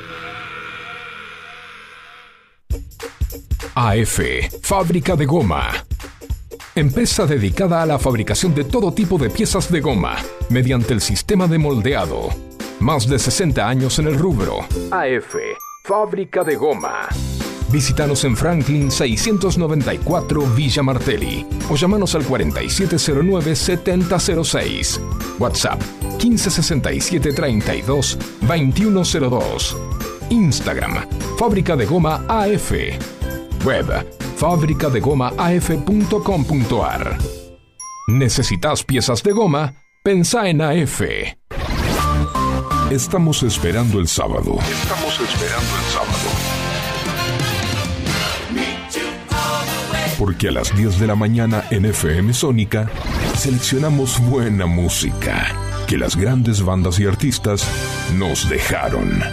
AF, Fábrica de Goma. Empresa dedicada a la fabricación de todo tipo de piezas de goma mediante el sistema de moldeado. Más de 60 años en el rubro. AF, Fábrica de Goma. Visítanos en Franklin 694 Villa Martelli o llamanos al 4709-7006. WhatsApp 1567 32 2102. Instagram, Fábrica de Goma AF. Web, fabricadegomaaf.com.ar. ¿Necesitas piezas de goma? Pensá en AF. Estamos esperando el sábado. Porque a las 10 de la mañana en FM Sónica seleccionamos buena música que las grandes bandas y artistas nos dejaron.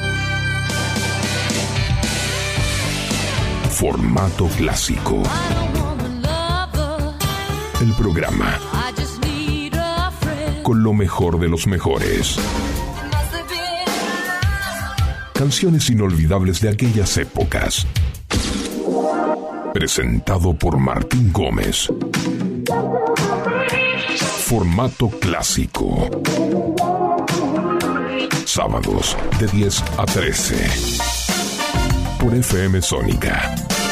Formato clásico. El programa con lo mejor de los mejores. Canciones inolvidables de aquellas épocas. Presentado por Martín Gómez. Formato clásico. Sábados de 10 a 13. Por FM Sónica.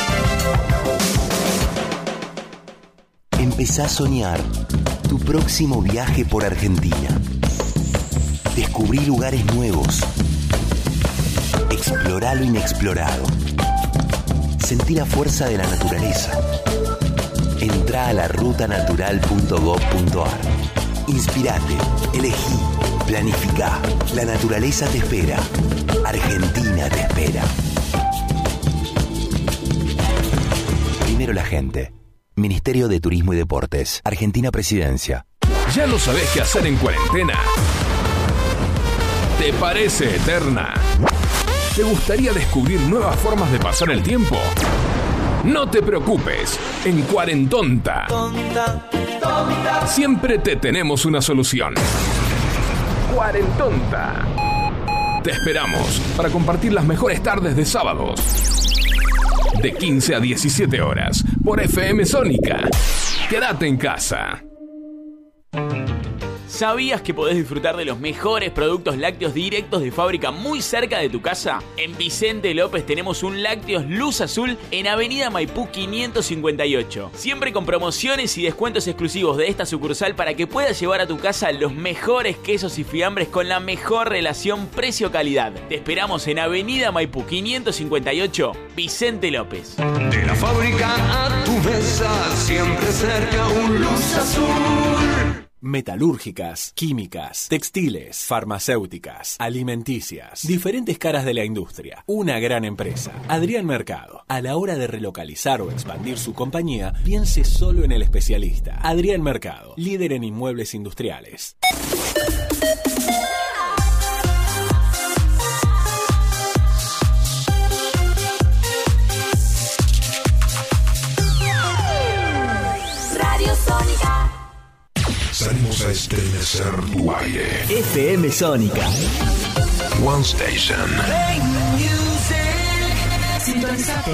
Empezá a soñar tu próximo viaje por Argentina. Descubrí lugares nuevos. Explorá lo inexplorado. Sentí la fuerza de la naturaleza. Entrá a la rutanatural.gov.ar. Inspirate, elegí, planificá. La naturaleza te espera. Argentina te espera. Primero la gente. Ministerio de Turismo y Deportes. Argentina Presidencia. ¿Ya no sabés qué hacer en cuarentena? ¿Te parece eterna? ¿Te gustaría descubrir nuevas formas de pasar el tiempo? No te preocupes, en Cuarentonta siempre te tenemos una solución. Cuarentonta. Te esperamos para compartir las mejores tardes de sábados. De 15 a 17 horas, por FM Sónica. Quédate en casa. ¿Sabías que podés disfrutar de los mejores productos lácteos directos de fábrica muy cerca de tu casa? En Vicente López tenemos un Lácteos Luz Azul en Avenida Maipú 558. Siempre con promociones y descuentos exclusivos de esta sucursal para que puedas llevar a tu casa los mejores quesos y fiambres con la mejor relación precio-calidad. Te esperamos en Avenida Maipú 558, Vicente López. De la fábrica a tu mesa, siempre cerca un Luz Azul. Metalúrgicas, químicas, textiles, farmacéuticas, alimenticias, diferentes caras de la industria. Una gran empresa. Adrián Mercado. A la hora de relocalizar o expandir su compañía, piense solo en el especialista. Adrián Mercado, líder en inmuebles industriales. Radio Sónica. Salimos a estremecer tu aire. FM Sónica. One Station. Sintonizate.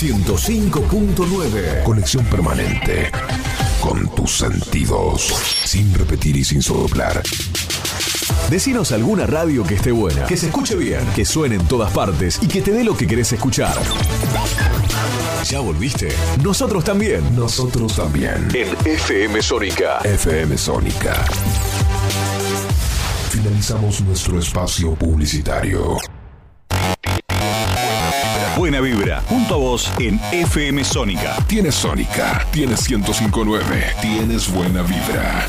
105.9. Conexión permanente con tus sentidos. Sin repetir y sin soplar. Decinos alguna radio que esté buena, que se escuche bien, que suene en todas partes y que te dé lo que querés escuchar. ¿Ya volviste? Nosotros también. Nosotros también. En FM Sónica. FM Sónica. Finalizamos nuestro espacio publicitario. Buena vibra, junto a vos en FM Sónica. Tienes Sónica, tienes 105.9, tienes buena vibra.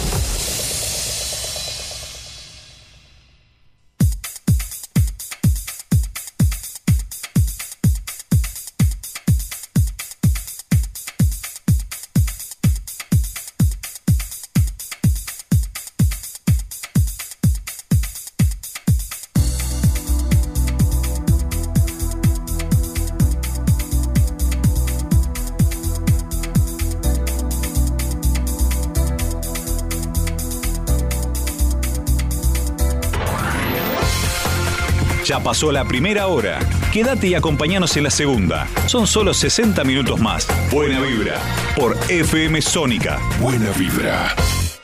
Ya pasó la primera hora. Quédate y acompáñanos en la segunda. Son solo 60 minutos más. Buena vibra por FM Sónica. Buena vibra.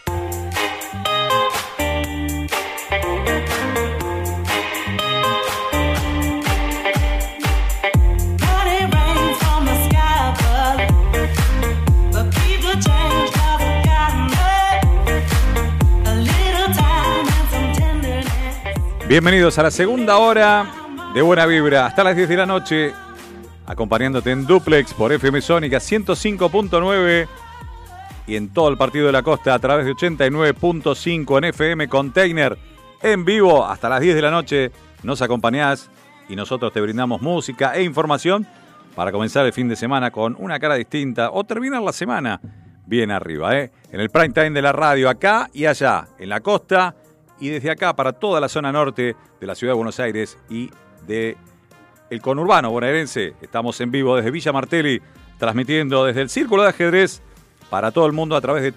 Bienvenidos a la segunda hora de Buena Vibra, hasta las 10 de la noche, acompañándote en Duplex por FM Sónica 105.9 y en todo el partido de la costa a través de 89.5 en FM Container, en vivo hasta las 10 de la noche. Nos acompañás y nosotros te brindamos música e información para comenzar el fin de semana con una cara distinta o terminar la semana bien arriba, en el prime time de la radio, acá y allá, en la costa. Y desde acá para toda la zona norte de la ciudad de Buenos Aires y de el conurbano bonaerense. Estamos en vivo desde Villa Martelli, transmitiendo desde el Círculo de Ajedrez para todo el mundo a través de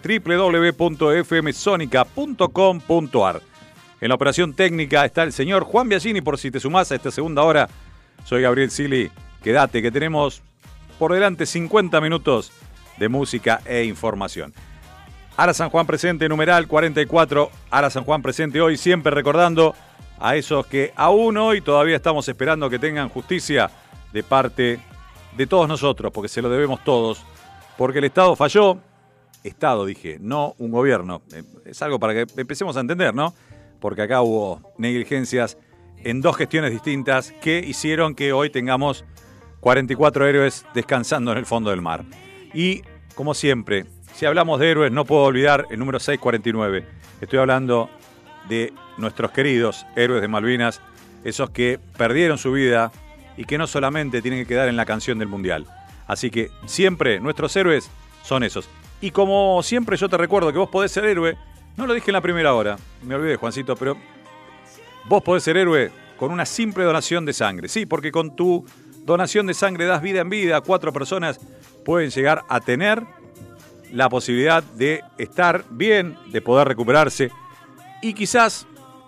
www.fmsonica.com.ar. En la operación técnica está el señor Juan Biagini, por si te sumás a esta segunda hora. Soy Gabriel Sili. Quédate, que tenemos por delante 50 minutos de música e información. Ara San Juan presente, numeral 44. Ara San Juan presente hoy, siempre recordando a esos que aún hoy todavía estamos esperando que tengan justicia de parte de todos nosotros, porque se lo debemos todos, porque el Estado falló. Estado, dije, no un gobierno. Es algo para que empecemos a entender, ¿no? Porque acá hubo negligencias en dos gestiones distintas que hicieron que hoy tengamos 44 héroes descansando en el fondo del mar. Y, como siempre, si hablamos de héroes, no puedo olvidar el número 649. Estoy hablando de nuestros queridos héroes de Malvinas, esos que perdieron su vida y que no solamente tienen que quedar en la canción del Mundial. Así que siempre nuestros héroes son esos. Y como siempre yo te recuerdo que vos podés ser héroe, no lo dije en la primera hora, me olvidé, Juancito, pero vos podés ser héroe con una simple donación de sangre. Sí, porque con tu donación de sangre das vida en vida. 4 personas pueden llegar a tener la posibilidad de estar bien, de poder recuperarse y quizás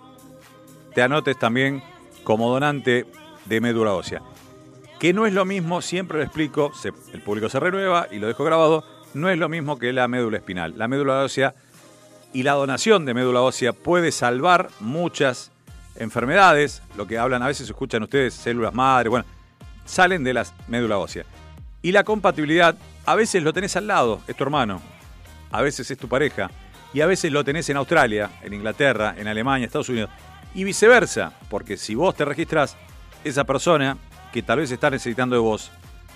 te anotes también como donante de médula ósea. Que no es lo mismo, siempre lo explico, el público se renueva y lo dejo grabado, no es lo mismo que la médula espinal. La médula ósea y la donación de médula ósea puede salvar muchas enfermedades, lo que hablan, a veces escuchan ustedes, células madre, bueno, salen de la médula ósea. Y la compatibilidad, a veces lo tenés al lado, es tu hermano, a veces es tu pareja, y a veces lo tenés en Australia, en Inglaterra, en Alemania, Estados Unidos, y viceversa, porque si vos te registrás, esa persona que tal vez está necesitando de vos,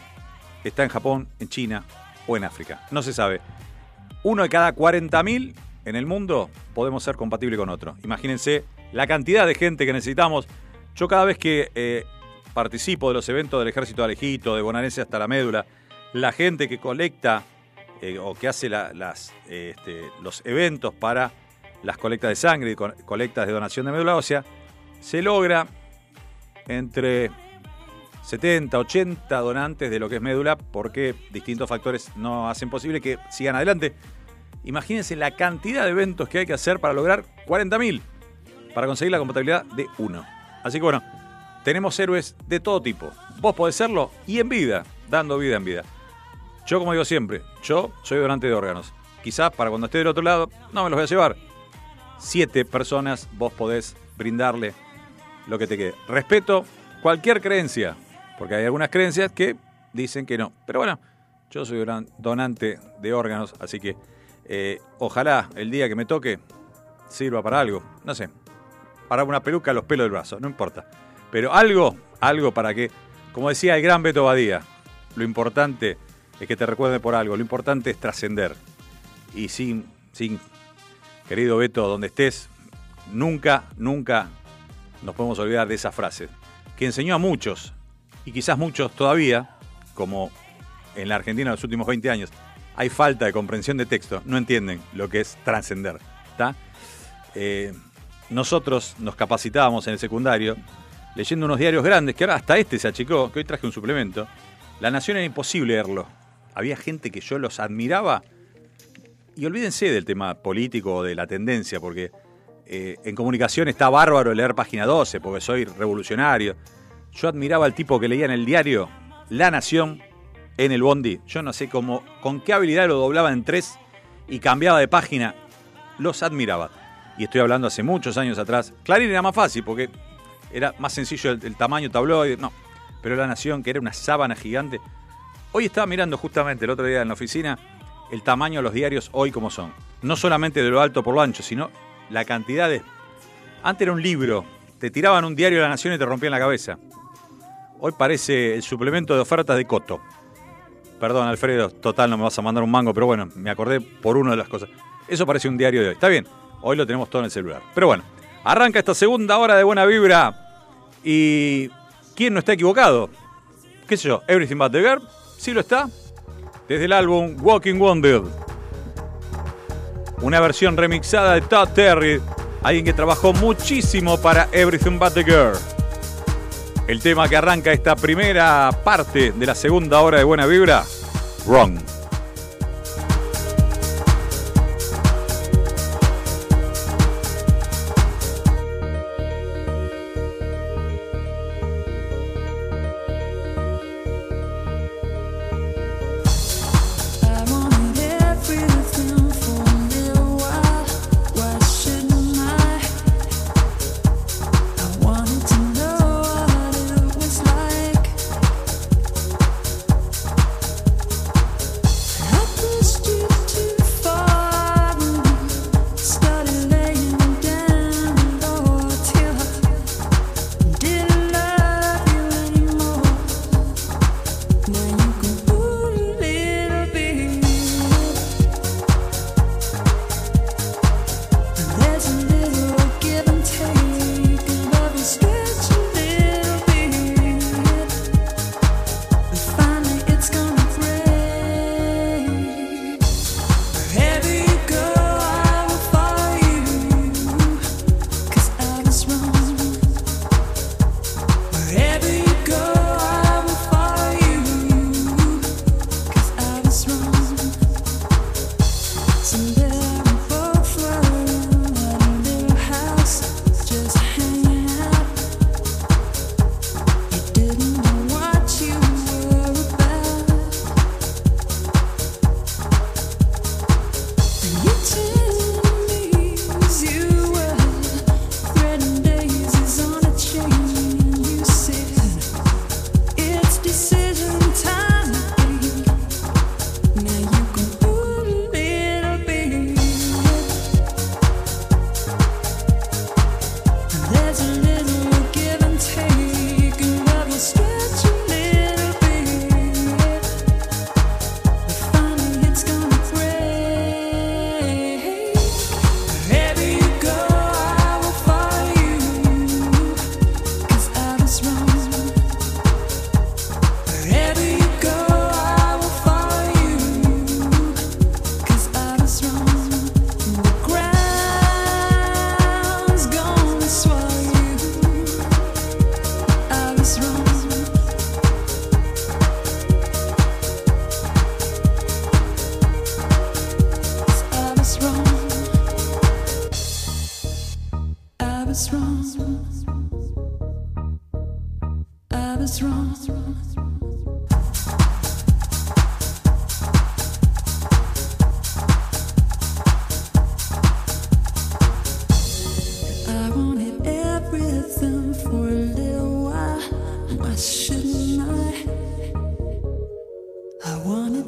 está en Japón, en China o en África, no se sabe. 1 de cada 40.000 en el mundo podemos ser compatibles con otro. Imagínense la cantidad de gente que necesitamos. Yo cada vez que participo de los eventos del Ejército de Alejito, de Bonaerense hasta la Médula, la gente que colecta o que hace los eventos para las colectas de sangre y colectas de donación de médula ósea, se logra entre 70, 80 donantes de lo que es médula, porque distintos factores no hacen posible que sigan adelante. Imagínense la cantidad de eventos que hay que hacer para lograr 40.000, para conseguir la compatibilidad de uno. Así que bueno, tenemos héroes de todo tipo. Vos podés serlo y en vida, dando vida en vida. Yo, como digo siempre, yo soy donante de órganos. Quizás para cuando esté del otro lado no me los voy a llevar. 7 personas vos podés brindarle lo que te quede. Respeto cualquier creencia, porque hay algunas creencias que dicen que no. Pero bueno, yo soy donante de órganos, así que ojalá el día que me toque sirva para algo. No sé, para una peluca a los pelos del brazo, no importa. Pero algo para que, como decía el gran Beto Badía, lo importante es que te recuerde por algo, lo importante es trascender. Y sin, querido Beto, donde estés, nunca nos podemos olvidar de esa frase, que enseñó a muchos, y quizás muchos todavía, como en la Argentina en los últimos 20 años, hay falta de comprensión de texto, no entienden lo que es trascender. ¿Está? Nosotros nos capacitábamos en el secundario leyendo unos diarios grandes, que ahora hasta se achicó, que hoy traje un suplemento. La Nación era imposible leerlo. Había gente que yo los admiraba. Y olvídense del tema político o de la tendencia, porque en comunicación está bárbaro leer página 12, porque soy revolucionario. Yo admiraba al tipo que leía en el diario La Nación en el bondi. Yo no sé con qué habilidad lo doblaba en 3 y cambiaba de página. Los admiraba. Y estoy hablando hace muchos años atrás. Clarín era más fácil, porque era más sencillo el tamaño tabloide. No, pero La Nación, que era una sábana gigante. Hoy estaba mirando justamente el otro día en la oficina el tamaño de los diarios hoy como son. No solamente de lo alto por lo ancho, sino la cantidad de... Antes era un libro, te tiraban un diario de La Nación y te rompían la cabeza. Hoy parece el suplemento de ofertas de Coto. Perdón, Alfredo, total, no me vas a mandar un mango, pero bueno, me acordé por una de las cosas. Eso parece un diario de hoy. Está bien, hoy lo tenemos todo en el celular. Pero bueno, arranca esta segunda hora de Buena Vibra. ¿Y quién no está equivocado? ¿Qué sé yo? Everything But The Girl, sí lo está. Desde el álbum Walking Wounded. Una versión remixada de Todd Terry, alguien que trabajó muchísimo para Everything But The Girl. El tema que arranca esta primera parte de la segunda hora de Buena Vibra, Wrong.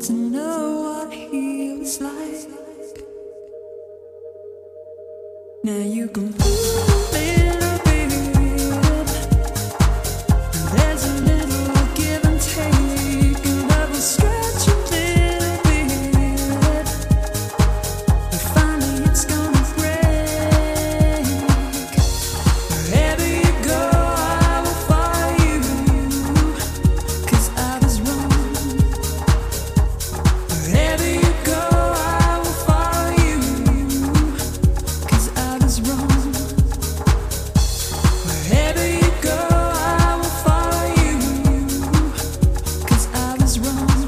to know what he was like. Now you can pull a little bit, there's a little give and take, and I will stretch a little bit, but finally it's gonna break. Wherever you go, I will follow you, 'cause I was wrong. Wherever you go, I will follow you, 'cause I was wrong. Wherever you go, I will follow you, 'cause I was wrong.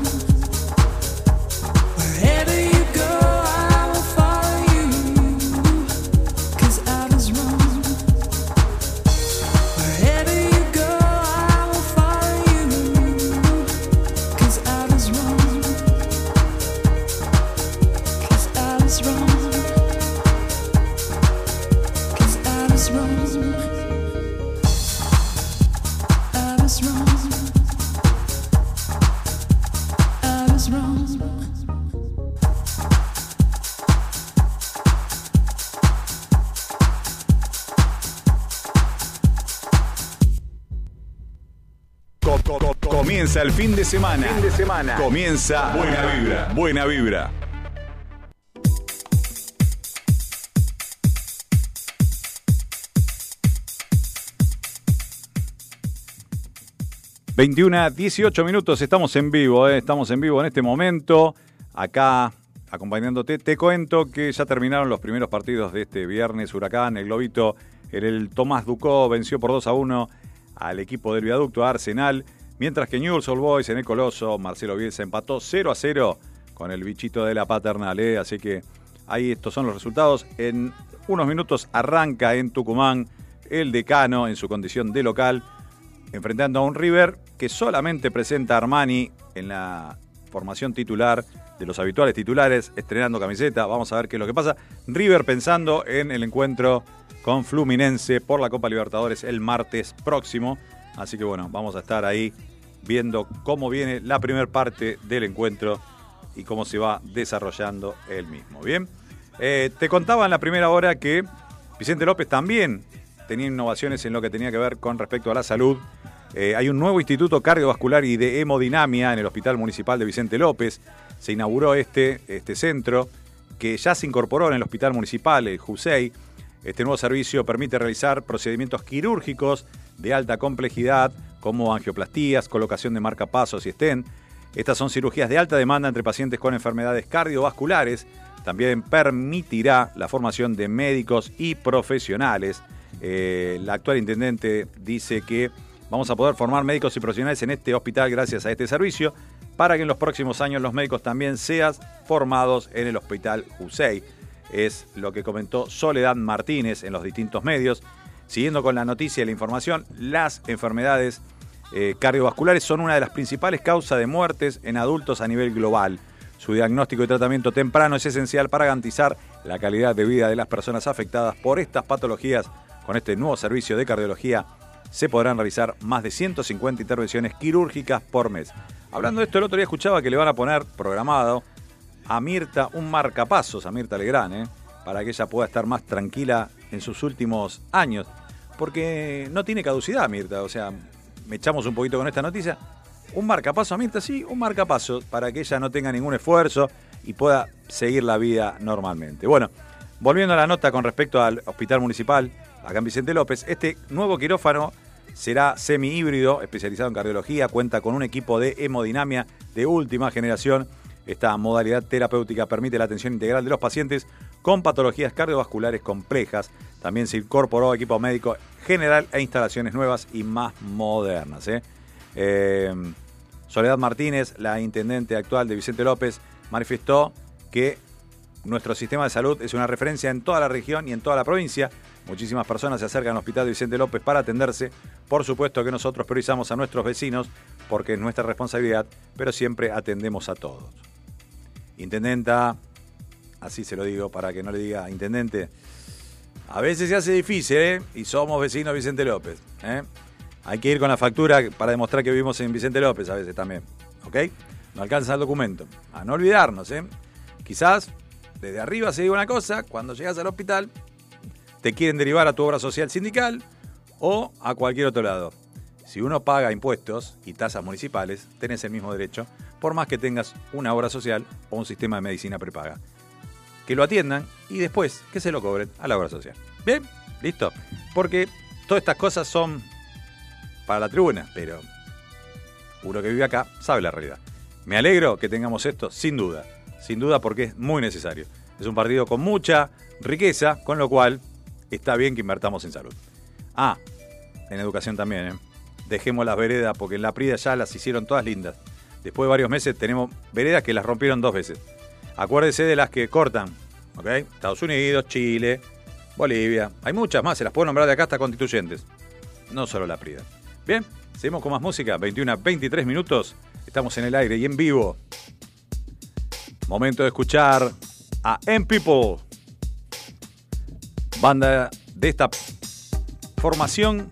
Wherever you go, I will follow you, 'cause I was wrong. Wherever you go, I will follow you, 'cause I was wrong. 'Cause I was wrong. 'Cause I was wrong. I was wrong. I was wrong. Comienza el fin de semana. Comienza Buena Vibra. Buena Vibra. (21:18) estamos en vivo, estamos en vivo en este momento, acá acompañándote. Te cuento que ya terminaron los primeros partidos de este viernes. Huracán, el Globito, el Tomás Ducó venció por 2-1 al equipo del Viaducto Arsenal, mientras que Newell's Old Boys en el Coloso, Marcelo Bielsa empató 0-0 con el bichito de la Paternal, así que ahí estos son los resultados. En unos minutos arranca en Tucumán el Decano en su condición de local, enfrentando a un River que solamente presenta a Armani en la formación titular de los habituales titulares, estrenando camiseta. Vamos a ver qué es lo que pasa. River pensando en el encuentro con Fluminense por la Copa Libertadores el martes próximo. Así que bueno, vamos a estar ahí viendo cómo viene la primera parte del encuentro y cómo se va desarrollando el mismo. Bien, te contaba en la primera hora que Vicente López también tenía innovaciones en lo que tenía que ver con respecto a la salud. Hay un nuevo instituto cardiovascular y de hemodinamia en el Hospital Municipal de Vicente López. Se inauguró este centro que ya se incorporó en el Hospital Municipal, el JUSEI. Este nuevo servicio permite realizar procedimientos quirúrgicos de alta complejidad como angioplastías, colocación de marcapasos y stent. Estas son cirugías de alta demanda entre pacientes con enfermedades cardiovasculares. También permitirá la formación de médicos y profesionales. La actual intendente dice que vamos a poder formar médicos y profesionales en este hospital gracias a este servicio, para que en los próximos años los médicos también sean formados en el Hospital JUSEI. Es lo que comentó Soledad Martínez en los distintos medios. Siguiendo con la noticia y la información, las enfermedades cardiovasculares son una de las principales causas de muertes en adultos a nivel global. Su diagnóstico y tratamiento temprano es esencial para garantizar la calidad de vida de las personas afectadas por estas patologías. Con este nuevo servicio de cardiología se podrán realizar más de 150 intervenciones quirúrgicas por mes. Hablando de esto, el otro día escuchaba que le van a poner programado a Mirta un marcapasos, a Mirta Legrand, para que ella pueda estar más tranquila en sus últimos años, porque no tiene caducidad Mirta. O sea, me echamos un poquito con esta noticia. Un marcapaso a Mirta, sí, un marcapaso, para que ella no tenga ningún esfuerzo y pueda seguir la vida normalmente. Bueno, volviendo a la nota con respecto al Hospital Municipal, acá en Vicente López, este nuevo quirófano será semi-híbrido, especializado en cardiología, cuenta con un equipo de hemodinamia de última generación. Esta modalidad terapéutica permite la atención integral de los pacientes con patologías cardiovasculares complejas. También se incorporó equipo médico general e instalaciones nuevas y más modernas. Soledad Martínez, la intendente actual de Vicente López, manifestó que nuestro sistema de salud es una referencia en toda la región y en toda la provincia. Muchísimas personas se acercan al Hospital de Vicente López para atenderse. Por supuesto que nosotros priorizamos a nuestros vecinos porque es nuestra responsabilidad, pero siempre atendemos a todos. Intendenta, así se lo digo para que no le diga intendente, a veces se hace difícil, y somos vecinos de Vicente López. Hay que ir con la factura para demostrar que vivimos en Vicente López a veces también. ¿Ok? No alcanza el documento. A no olvidarnos, ¿eh? Quizás desde arriba se diga una cosa, cuando llegas al hospital te quieren derivar a tu obra social sindical o a cualquier otro lado. Si uno paga impuestos y tasas municipales, tenés el mismo derecho, por más que tengas una obra social o un sistema de medicina prepaga. Que lo atiendan y después que se lo cobren a la obra social. ¿Bien? ¿Listo? Porque todas estas cosas son para la tribuna, pero uno que vive acá sabe la realidad. Me alegro que tengamos esto, sin duda porque es muy necesario. Es un partido con mucha riqueza, con lo cual está bien que invertamos en salud. Ah, en educación también, ¿eh? Dejemos las veredas, porque en la Prida ya las hicieron todas lindas. Después de varios meses tenemos veredas que las rompieron 2 veces. Acuérdese de las que cortan, ¿ok? Estados Unidos, Chile, Bolivia. Hay muchas más, se las puedo nombrar de acá hasta Constituyentes. No solo la Prida. Bien, seguimos con más música. 21 a 23 minutos. Estamos en el aire y en vivo. Momento de escuchar a M-People. Banda de esta formación,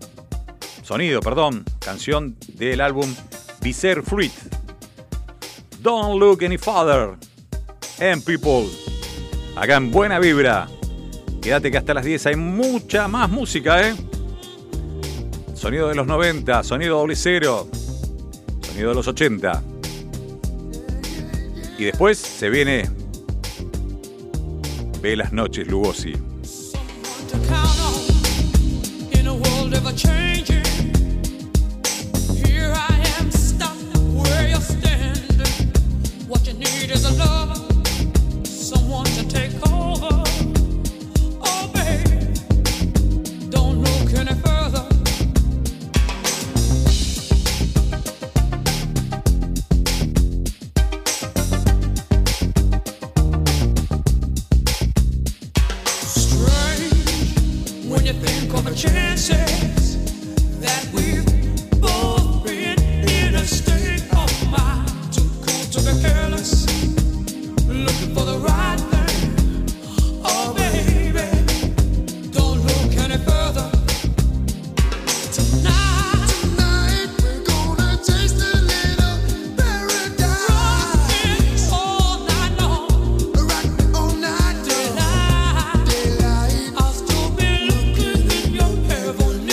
canción del álbum Bizarre Fruit. Don't Look Any Further. M-People. Acá en Buena Vibra. Quédate que hasta las 10 hay mucha más música, ¿eh? Sonido de los 90, sonido doble cero, sonido de los 80. Y después se viene Ve las noches, Lugosi. Heaven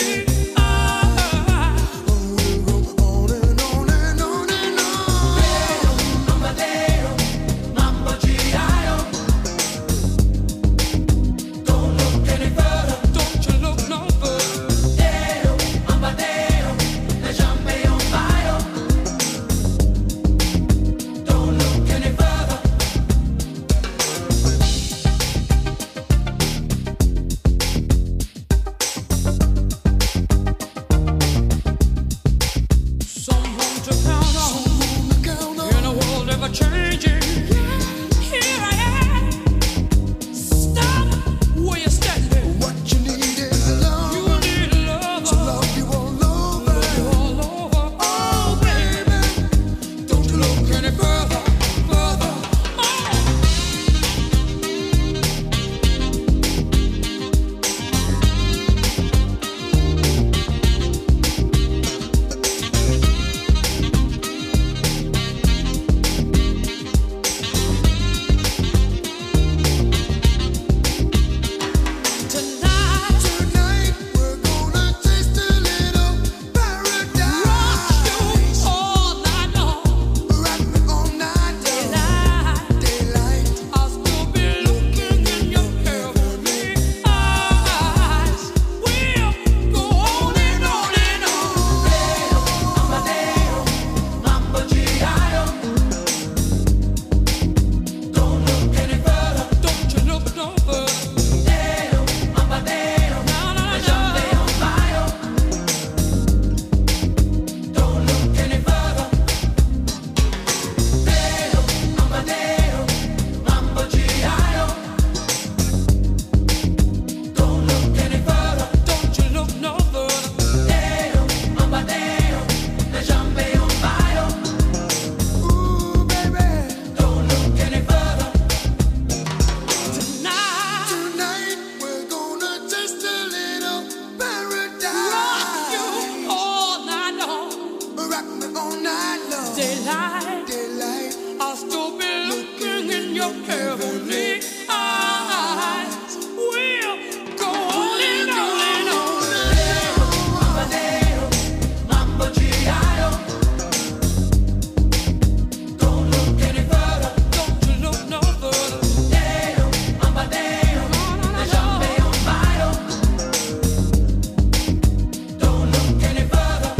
daylight, I'll still be looking in your heavenly eyes. We'll go on and on and on. Mambo G.I.O. Don't look any further. Don't you look no further. Don't look any further.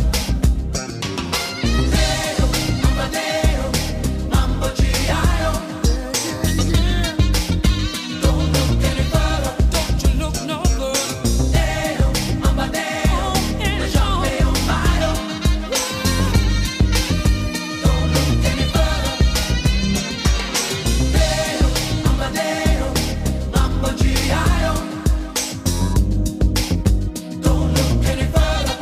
Mambo G.I.O. Don't look any further. Don't you look no further. Amadeo, lasciami un bacio. Don't look any further. Amadeo, Mambo G.I.O. Don't look any further.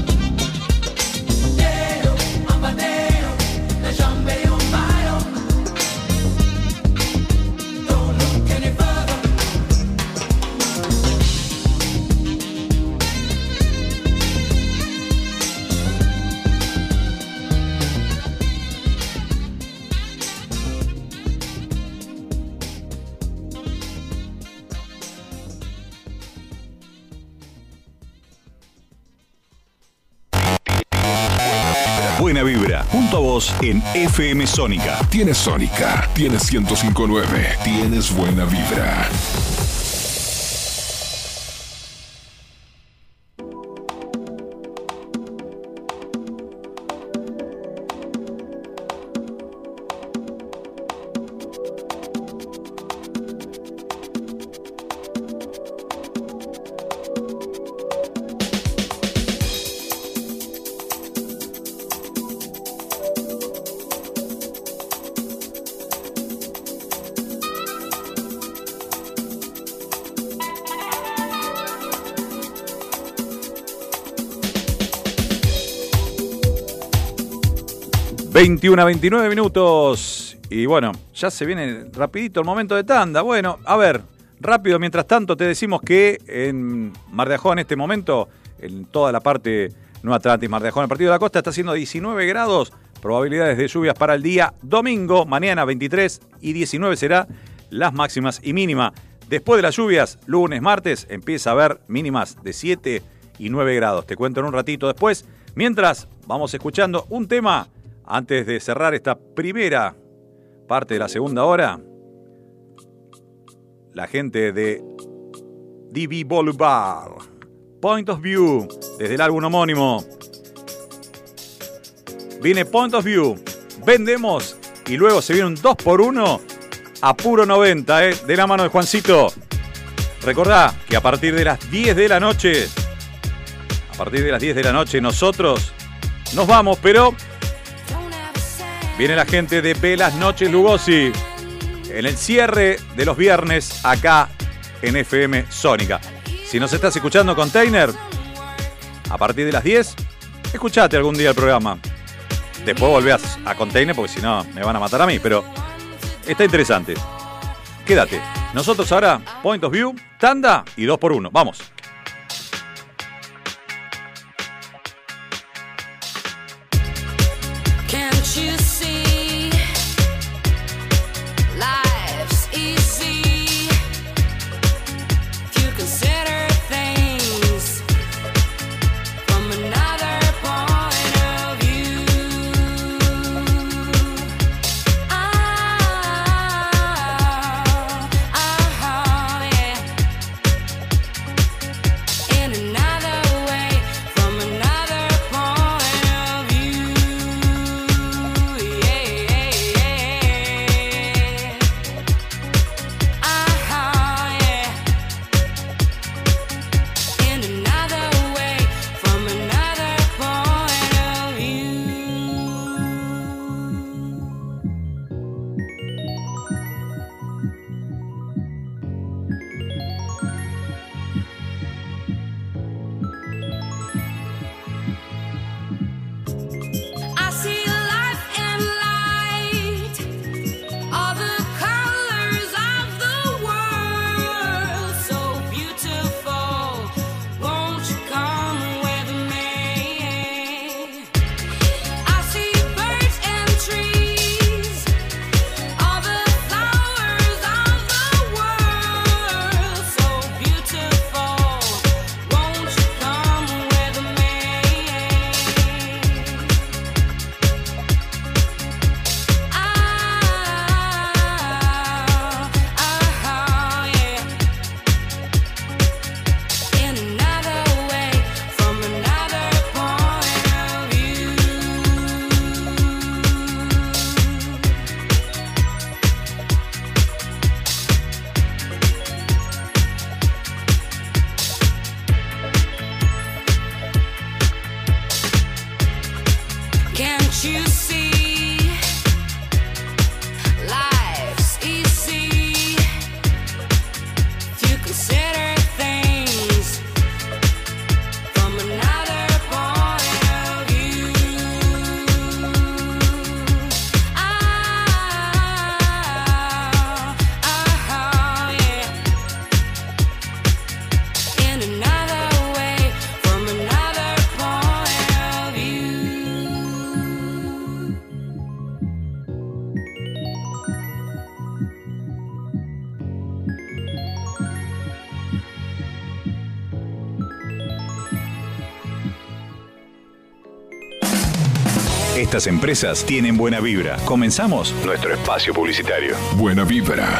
Amadeo, lasciami un bacio. Don't look any further. Buena vibra, junto a vos en FM Sónica. Tienes Sónica, tienes 105.9, tienes buena vibra. ...21 a 29 minutos... ...y bueno, ya se viene rapidito el momento de tanda... ...bueno, a ver, rápido, mientras tanto te decimos que... ...en Mar de Ajó en este momento... ...en toda la parte Nueva Atlantis, Mar de Ajó, en el Partido de la Costa... ...está haciendo 19 grados... ...probabilidades de lluvias para el día domingo... ...mañana 23 y 19 será... ...las máximas y mínima... ...después de las lluvias, lunes, martes... ...empieza a haber mínimas de 7 y 9 grados... ...te cuento en un ratito después... ...mientras vamos escuchando un tema... Antes de cerrar esta primera parte de la segunda hora, la gente de DB Boulevard, Point of View, desde el álbum homónimo. Viene Point of View, vendemos y luego se viene un 2x1 a puro 90, de la mano de Juancito. Recordá que a partir de las 10 de la noche, nosotros nos vamos, pero... Viene la gente de Velas Noches Lugosi en el cierre de los viernes acá en FM Sónica. Si nos estás escuchando, Container, a partir de las 10, escuchate algún día el programa. Después volvés a Container porque si no me van a matar a mí, pero está interesante. Quédate. Nosotros ahora, Point of View, tanda y 2x1. Vamos. Estas empresas tienen buena vibra. Comenzamos nuestro espacio publicitario. Buena vibra.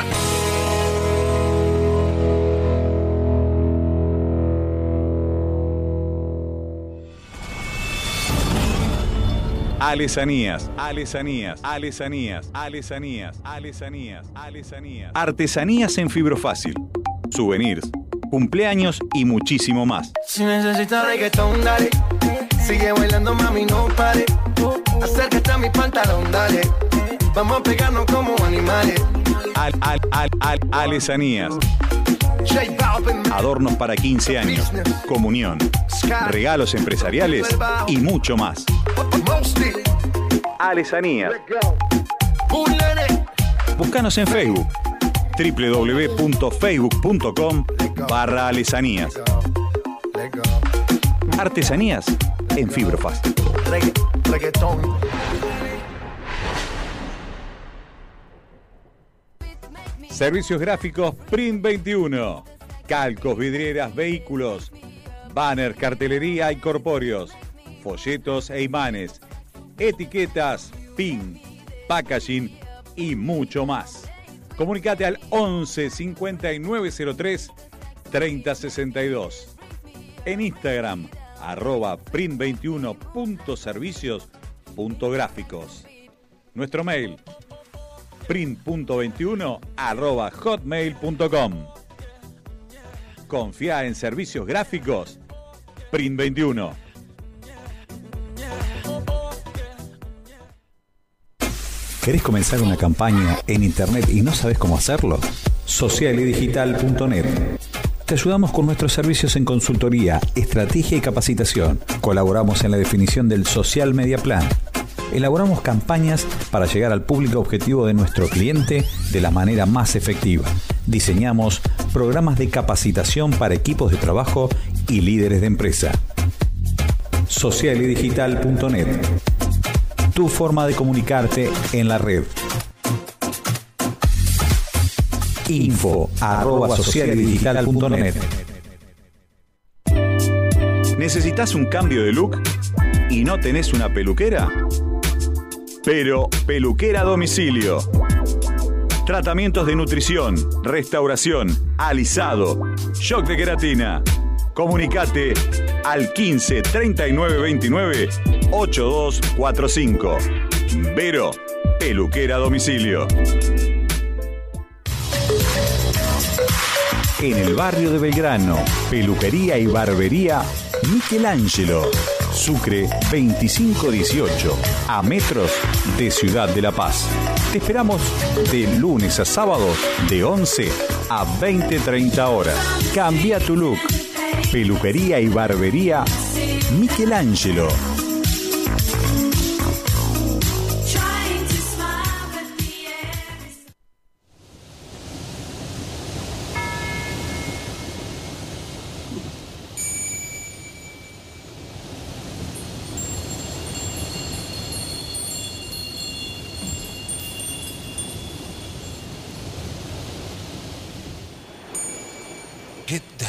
Alesanías. Artesanías en fibrofácil. Souvenirs, cumpleaños y muchísimo más. Si necesitas reggaetón, dale. Sigue bailando, mami, no pare. Acércate a mi pantalón, dale. Vamos a pegarnos como animales. Alesanías. Adornos para 15 años, comunión, regalos empresariales y mucho más. Alesanías. Búscanos en Facebook. www.facebook.com/alesanías. Artesanías en fibrofácil. Reggaetón. Servicios gráficos Print 21. Calcos, vidrieras, vehículos, banner, cartelería y corpóreos, folletos e imanes, etiquetas, pin, packaging y mucho más. Comunicate al 11 5903 3062. En Instagram, @print21.servicios.gráficos. Nuestro mail, print.21@hotmail.com. Confía en servicios gráficos Print 21. ¿Querés comenzar una campaña en internet y no sabes cómo hacerlo? Socialedigital.net. Te ayudamos con nuestros servicios en consultoría, estrategia y capacitación. Colaboramos en la definición del Social Media Plan. Elaboramos campañas para llegar al público objetivo de nuestro cliente de la manera más efectiva. Diseñamos programas de capacitación para equipos de trabajo y líderes de empresa. Socialedigital.net. Tu forma de comunicarte en la red. info@socialedigital.net. ¿Necesitas un cambio de look y no tenés una peluquera? Pero Peluquera a Domicilio. Tratamientos de nutrición, restauración, alisado, shock de queratina. Comunicate al 15 39 29 8245. Vero, Peluquera a Domicilio. En el barrio de Belgrano, peluquería y barbería Michelangelo. Sucre 2518, a metros de Ciudad de La Paz. Te esperamos de lunes a sábado de 11 a 20:30 horas. Cambia tu look. Peluquería y barbería Michelangelo. Get down.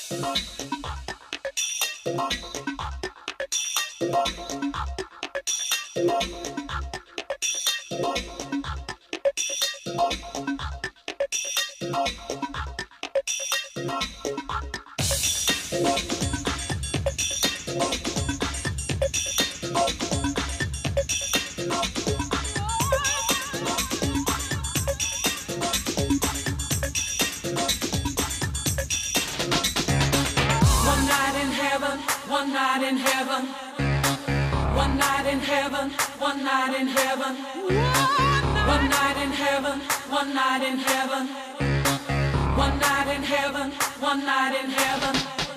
One night in heaven, one night in heaven. One night in heaven, one night in heaven. One night in heaven, one night in heaven. One night in heaven, one night in heaven.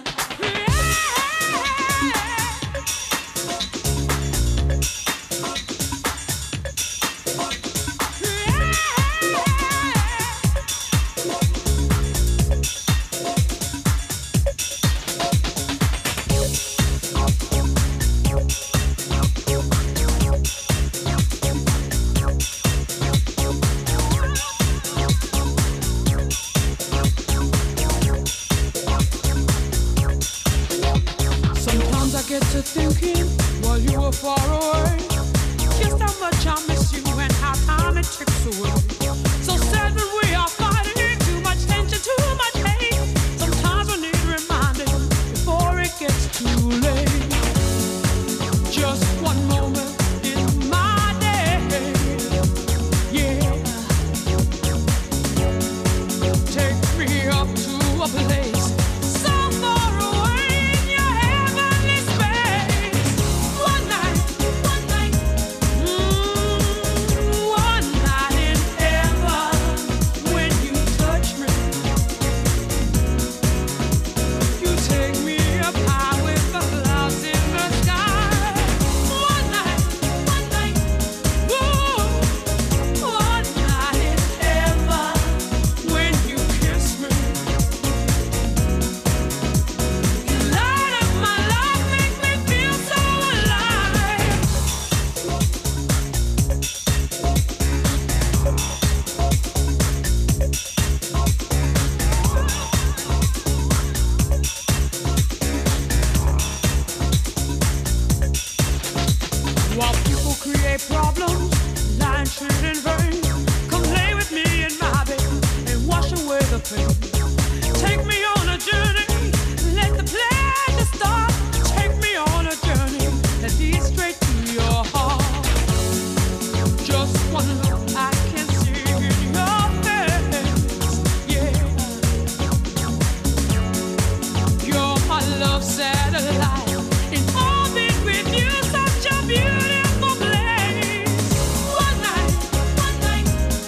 Sometimes I get to thinking while you were far away, just how much I miss you and how time it ticks away. So sad when we are fighting, too much tension, too much hate. Sometimes we need reminding before it gets too late. Just one moment in my day, yeah. Take me up to a place so far away in your heavenly space. One night, one night, one night in heaven. When you touch me, you take me up high with the clouds in the sky. One night, ooh, one night in heaven. When you kiss me, you light up my life, make me feel so alive. While people create problems, lying shit in vain, come lay with me in my bed and wash away the pain. Take me on a journey, let the pleasure start. Take me on a journey that leads straight to your heart. Just one look I can see in your face, yeah. You're my love satellite, in orbit with you, such a beautiful place. One night, one night,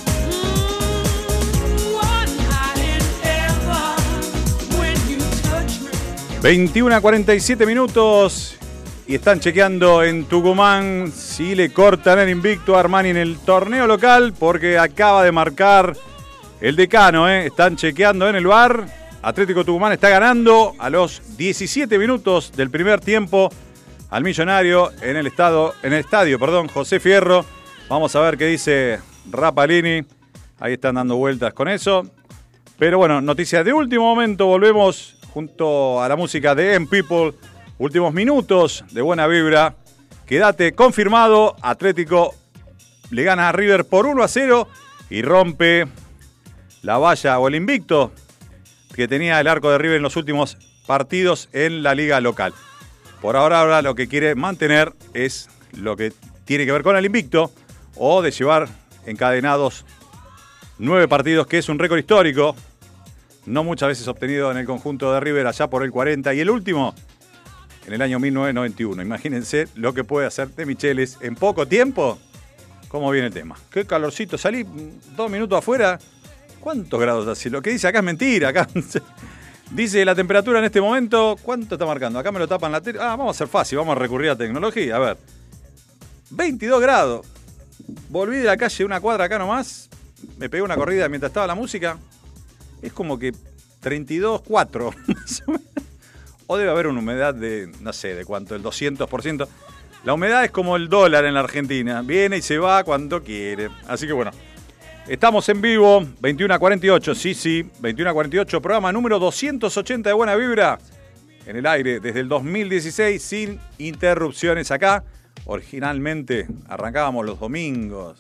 one night in heaven. When you touch me. 21:47 minutos y están chequeando en Tucumán si le cortan el invicto a Armani en el torneo local porque acaba de marcar el decano, Están chequeando en el bar. Atlético Tucumán está ganando a los 17 minutos del primer tiempo al Millonario en el estadio, José Fierro. Vamos a ver qué dice Rapalini. Ahí están dando vueltas con eso. Pero bueno, noticias de último momento. Volvemos junto a la música de M People. Últimos minutos de buena vibra. Quédate confirmado. Atlético le gana a River por 1-0 y rompe la valla o el invicto que tenía el arco de River en los últimos partidos en la liga local. Por ahora lo que quiere mantener es lo que tiene que ver con el invicto o de llevar encadenados 9 partidos, que es un récord histórico, no muchas veces obtenido en el conjunto de River allá por el 40 y el último en el año 1991. Imagínense lo que puede hacer De Michelis en poco tiempo. ¿Cómo viene el tema? Qué calorcito, salí 2 minutos afuera. ¿Cuántos grados hace? Lo que dice acá es mentira. Acá dice la temperatura en este momento. ¿Cuánto está marcando? Acá me lo tapan la tele. Vamos a hacer fácil, vamos a recurrir a tecnología. A ver. 22 grados. Volví de la calle una cuadra acá nomás. Me pegué una corrida mientras estaba la música. Es como que 32,4. O debe haber una humedad de, no sé, de cuánto, el 200%. La humedad es como el dólar en la Argentina. Viene y se va cuando quiere. Así que bueno. Estamos en vivo, 21:48, sí, 21:48, programa número 280 de Buena Vibra, en el aire desde el 2016, sin interrupciones acá. Originalmente arrancábamos los domingos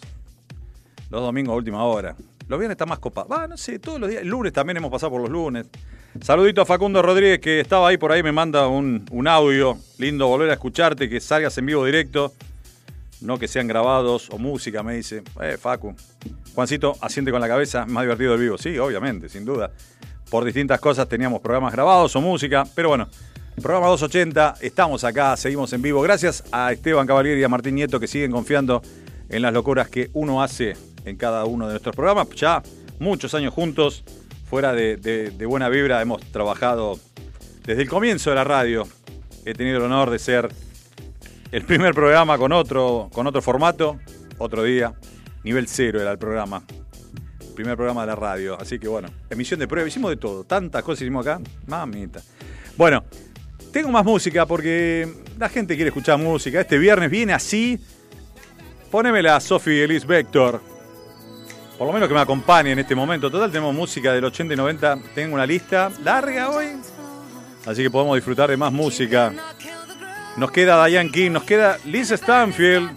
a última hora. Los viernes está más copado. No sé, todos los días. El lunes también hemos pasado por los lunes. Saludito a Facundo Rodríguez, que estaba ahí por ahí, me manda un audio. Lindo volver a escucharte, que salgas en vivo directo. No que sean grabados o música, me dice. Facu. Juancito asiente con la cabeza, más divertido el vivo. Sí, obviamente, sin duda. Por distintas cosas teníamos programas grabados o música. Pero bueno, programa 280, estamos acá, seguimos en vivo. Gracias a Esteban Cavalieri y a Martín Nieto, que siguen confiando en las locuras que uno hace en cada uno de nuestros programas. Ya muchos años juntos, fuera de Buena Vibra, hemos trabajado desde el comienzo de la radio. He tenido el honor de ser el primer programa con otro formato, otro día. Nivel 0 era el programa. El primer programa de la radio. Así que bueno, emisión de prueba. Hicimos de todo. Tantas cosas hicimos acá. Mamita. Bueno, tengo más música porque la gente quiere escuchar música. Este viernes viene así. Ponémela, Sophie Elise Vector. Por lo menos que me acompañe en este momento. Total, tenemos música del 80 y 90. Tengo una lista larga hoy. Así que podemos disfrutar de más música. Nos queda Diane King, nos queda Liz Stanfield.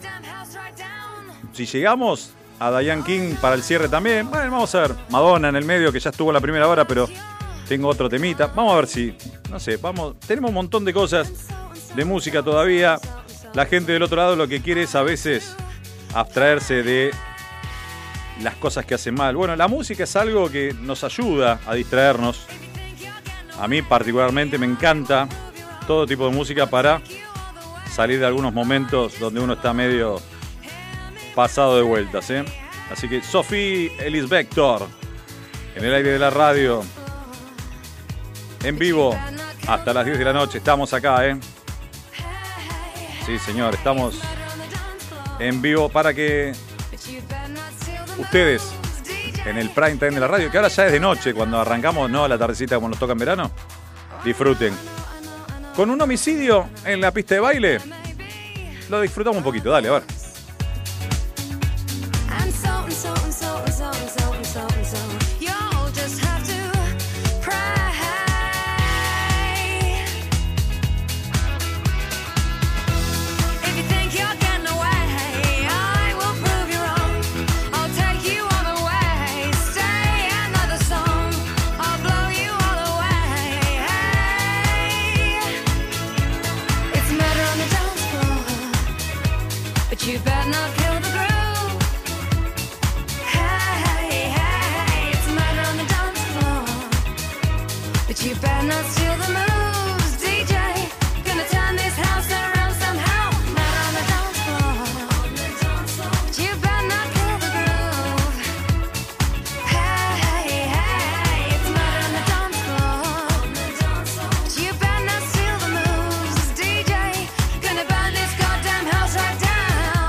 Si llegamos a Diane King para el cierre también. Bueno, vamos a ver. Madonna en el medio, que ya estuvo en la primera hora, pero tengo otro temita. Vamos a ver si, no sé, tenemos un montón de cosas de música todavía. La gente del otro lado lo que quiere es a veces abstraerse de las cosas que hacen mal. Bueno, la música es algo que nos ayuda a distraernos. A mí particularmente me encanta todo tipo de música para salir de algunos momentos donde uno está medio pasado de vueltas, ¿eh? Así que Sophie Elise Vector, en el aire de la radio, en vivo, hasta las 10 de la noche. Estamos acá, ¿eh? Sí, señor, estamos en vivo para que ustedes, en el prime time de la radio, que ahora ya es de noche, cuando arrancamos, no a la tardecita como nos toca en verano, disfruten. Con un homicidio en la pista de baile, lo disfrutamos un poquito. Dale, a ver. You better not kill the groove. Hey, hey, it's murder on the dance floor. But you better not steal the moves, DJ. Gonna turn this house around somehow. Murder on the dance floor. But you better not kill the groove. Hey, hey, it's murder on the dance floor. But you better not steal the moves, DJ. Gonna burn this goddamn house right down.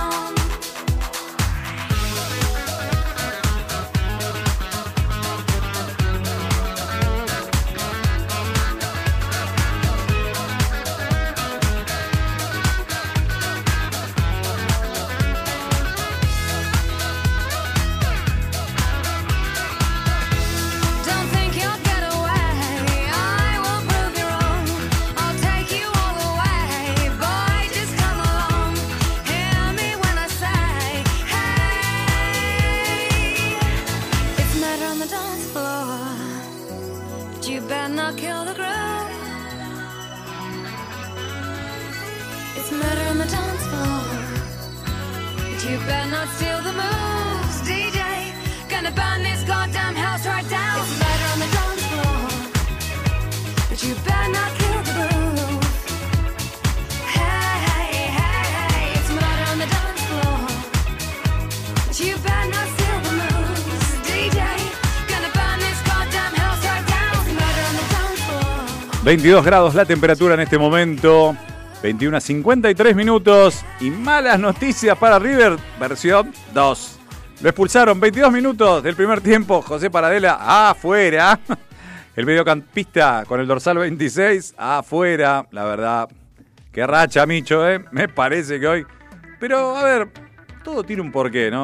22 grados la temperatura en este momento. 21:53 minutos. Y malas noticias para River, versión 2. Lo expulsaron 22 minutos del primer tiempo. José Paradela afuera. El mediocampista con el dorsal 26 afuera. La verdad, qué racha, Micho, ¿eh? Me parece que hoy. Pero, a ver, todo tiene un porqué, ¿no?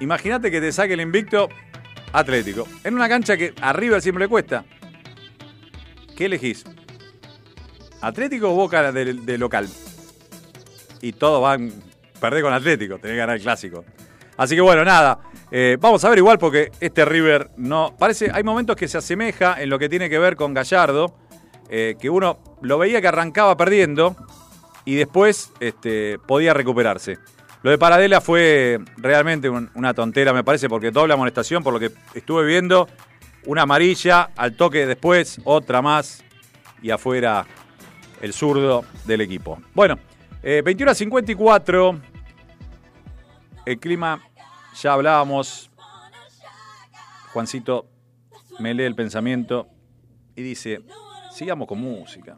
Imagínate que te saque el invicto Atlético. En una cancha que a River siempre le cuesta. ¿Qué elegís? ¿Atlético o Boca de local? Y todos van a perder con Atlético, tenés que ganar el clásico. Así que bueno, nada. Vamos a ver igual porque este River no... Parece, hay momentos que se asemeja en lo que tiene que ver con Gallardo, que uno lo veía que arrancaba perdiendo y después podía recuperarse. Lo de Paradela fue realmente una tontera, me parece, porque doble amonestación, por lo que estuve viendo. Una amarilla, al toque después, otra más, y afuera el zurdo del equipo. Bueno, 21:54, el clima, ya hablábamos. Juancito me lee el pensamiento y dice, sigamos con música.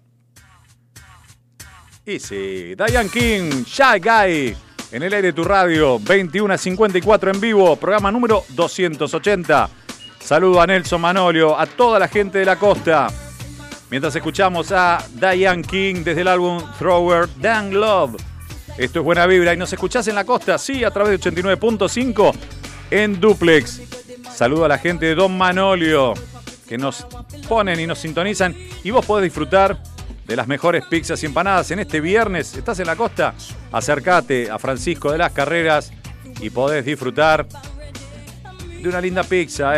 Y sí, Diane King, Shy Guy, en el aire de tu radio, 21:54 en vivo, programa número 280. Saludo a Nelson Manolio, a toda la gente de la costa. Mientras escuchamos a Diane King desde el álbum Thrower Dang Love. Esto es Buena Vibra y nos escuchás en la costa, sí, a través de 89.5 en Duplex. Saludo a la gente de Don Manolio, que nos ponen y nos sintonizan. Y vos podés disfrutar de las mejores pizzas y empanadas en este viernes. ¿Estás en la costa? Acércate a Francisco de las Carreras y podés disfrutar de una linda pizza,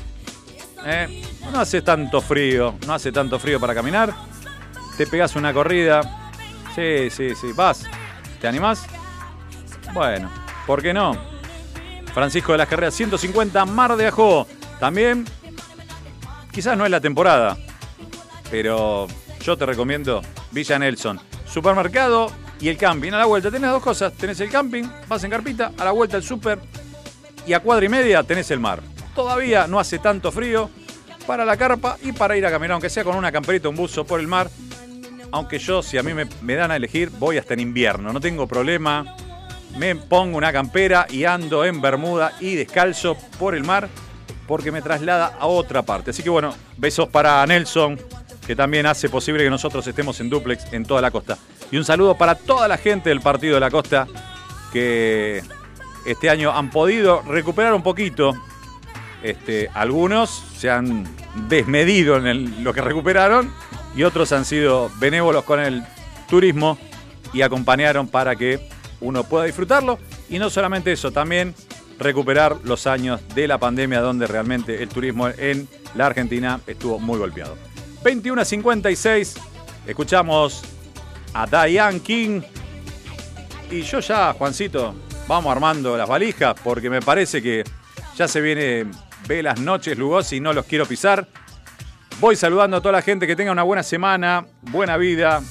No hace tanto frío para caminar. Te pegás una corrida. Sí, vas. ¿Te animás? Bueno, ¿por qué no? Francisco de las Carreras 150, Mar de Ajó. También, quizás no es la temporada, pero yo te recomiendo Villa Nelson. Supermercado y el camping. A la vuelta tenés dos cosas. Tenés el camping, vas en carpita, a la vuelta el súper y a cuadra y media tenés el mar. Todavía no hace tanto frío para la carpa y para ir a caminar, aunque sea con una camperita, un buzo por el mar. Aunque yo, si a mí me dan a elegir, voy hasta en invierno. No tengo problema. Me pongo una campera y ando en bermuda y descalzo por el mar porque me traslada a otra parte. Así que bueno, besos para Nelson, que también hace posible que nosotros estemos en Duplex en toda la costa. Y un saludo para toda la gente del Partido de la Costa que este año han podido recuperar un poquito. Algunos se han desmedido en lo que recuperaron y otros han sido benévolos con el turismo y acompañaron para que uno pueda disfrutarlo. Y no solamente eso, también recuperar los años de la pandemia donde realmente el turismo en la Argentina estuvo muy golpeado. 21:56, escuchamos a Diane King. Y yo ya, Juancito, vamos armando las valijas porque me parece que ya se viene Velas Noches Lugosi y no los quiero pisar. Voy saludando a toda la gente, que tenga una buena semana, buena vida,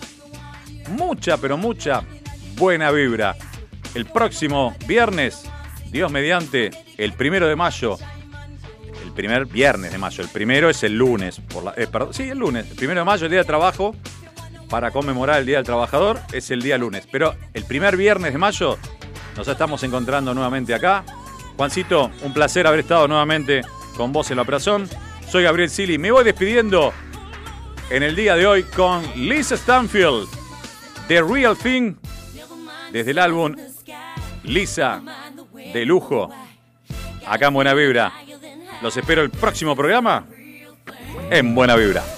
mucha, pero mucha buena vibra. El próximo viernes, Dios mediante, el 1 de mayo, el primer viernes de mayo, el primero es el lunes, el lunes, el 1 de mayo, el día de trabajo, para conmemorar el Día del Trabajador, es el día lunes. Pero el primer viernes de mayo nos estamos encontrando nuevamente acá. Juancito, un placer haber estado nuevamente con vos en la operación. Soy Gabriel Sili, me voy despidiendo en el día de hoy con Lisa Stanfield, The Real Thing, desde el álbum Lisa de lujo, acá en Buena Vibra. Los espero el próximo programa en Buena Vibra.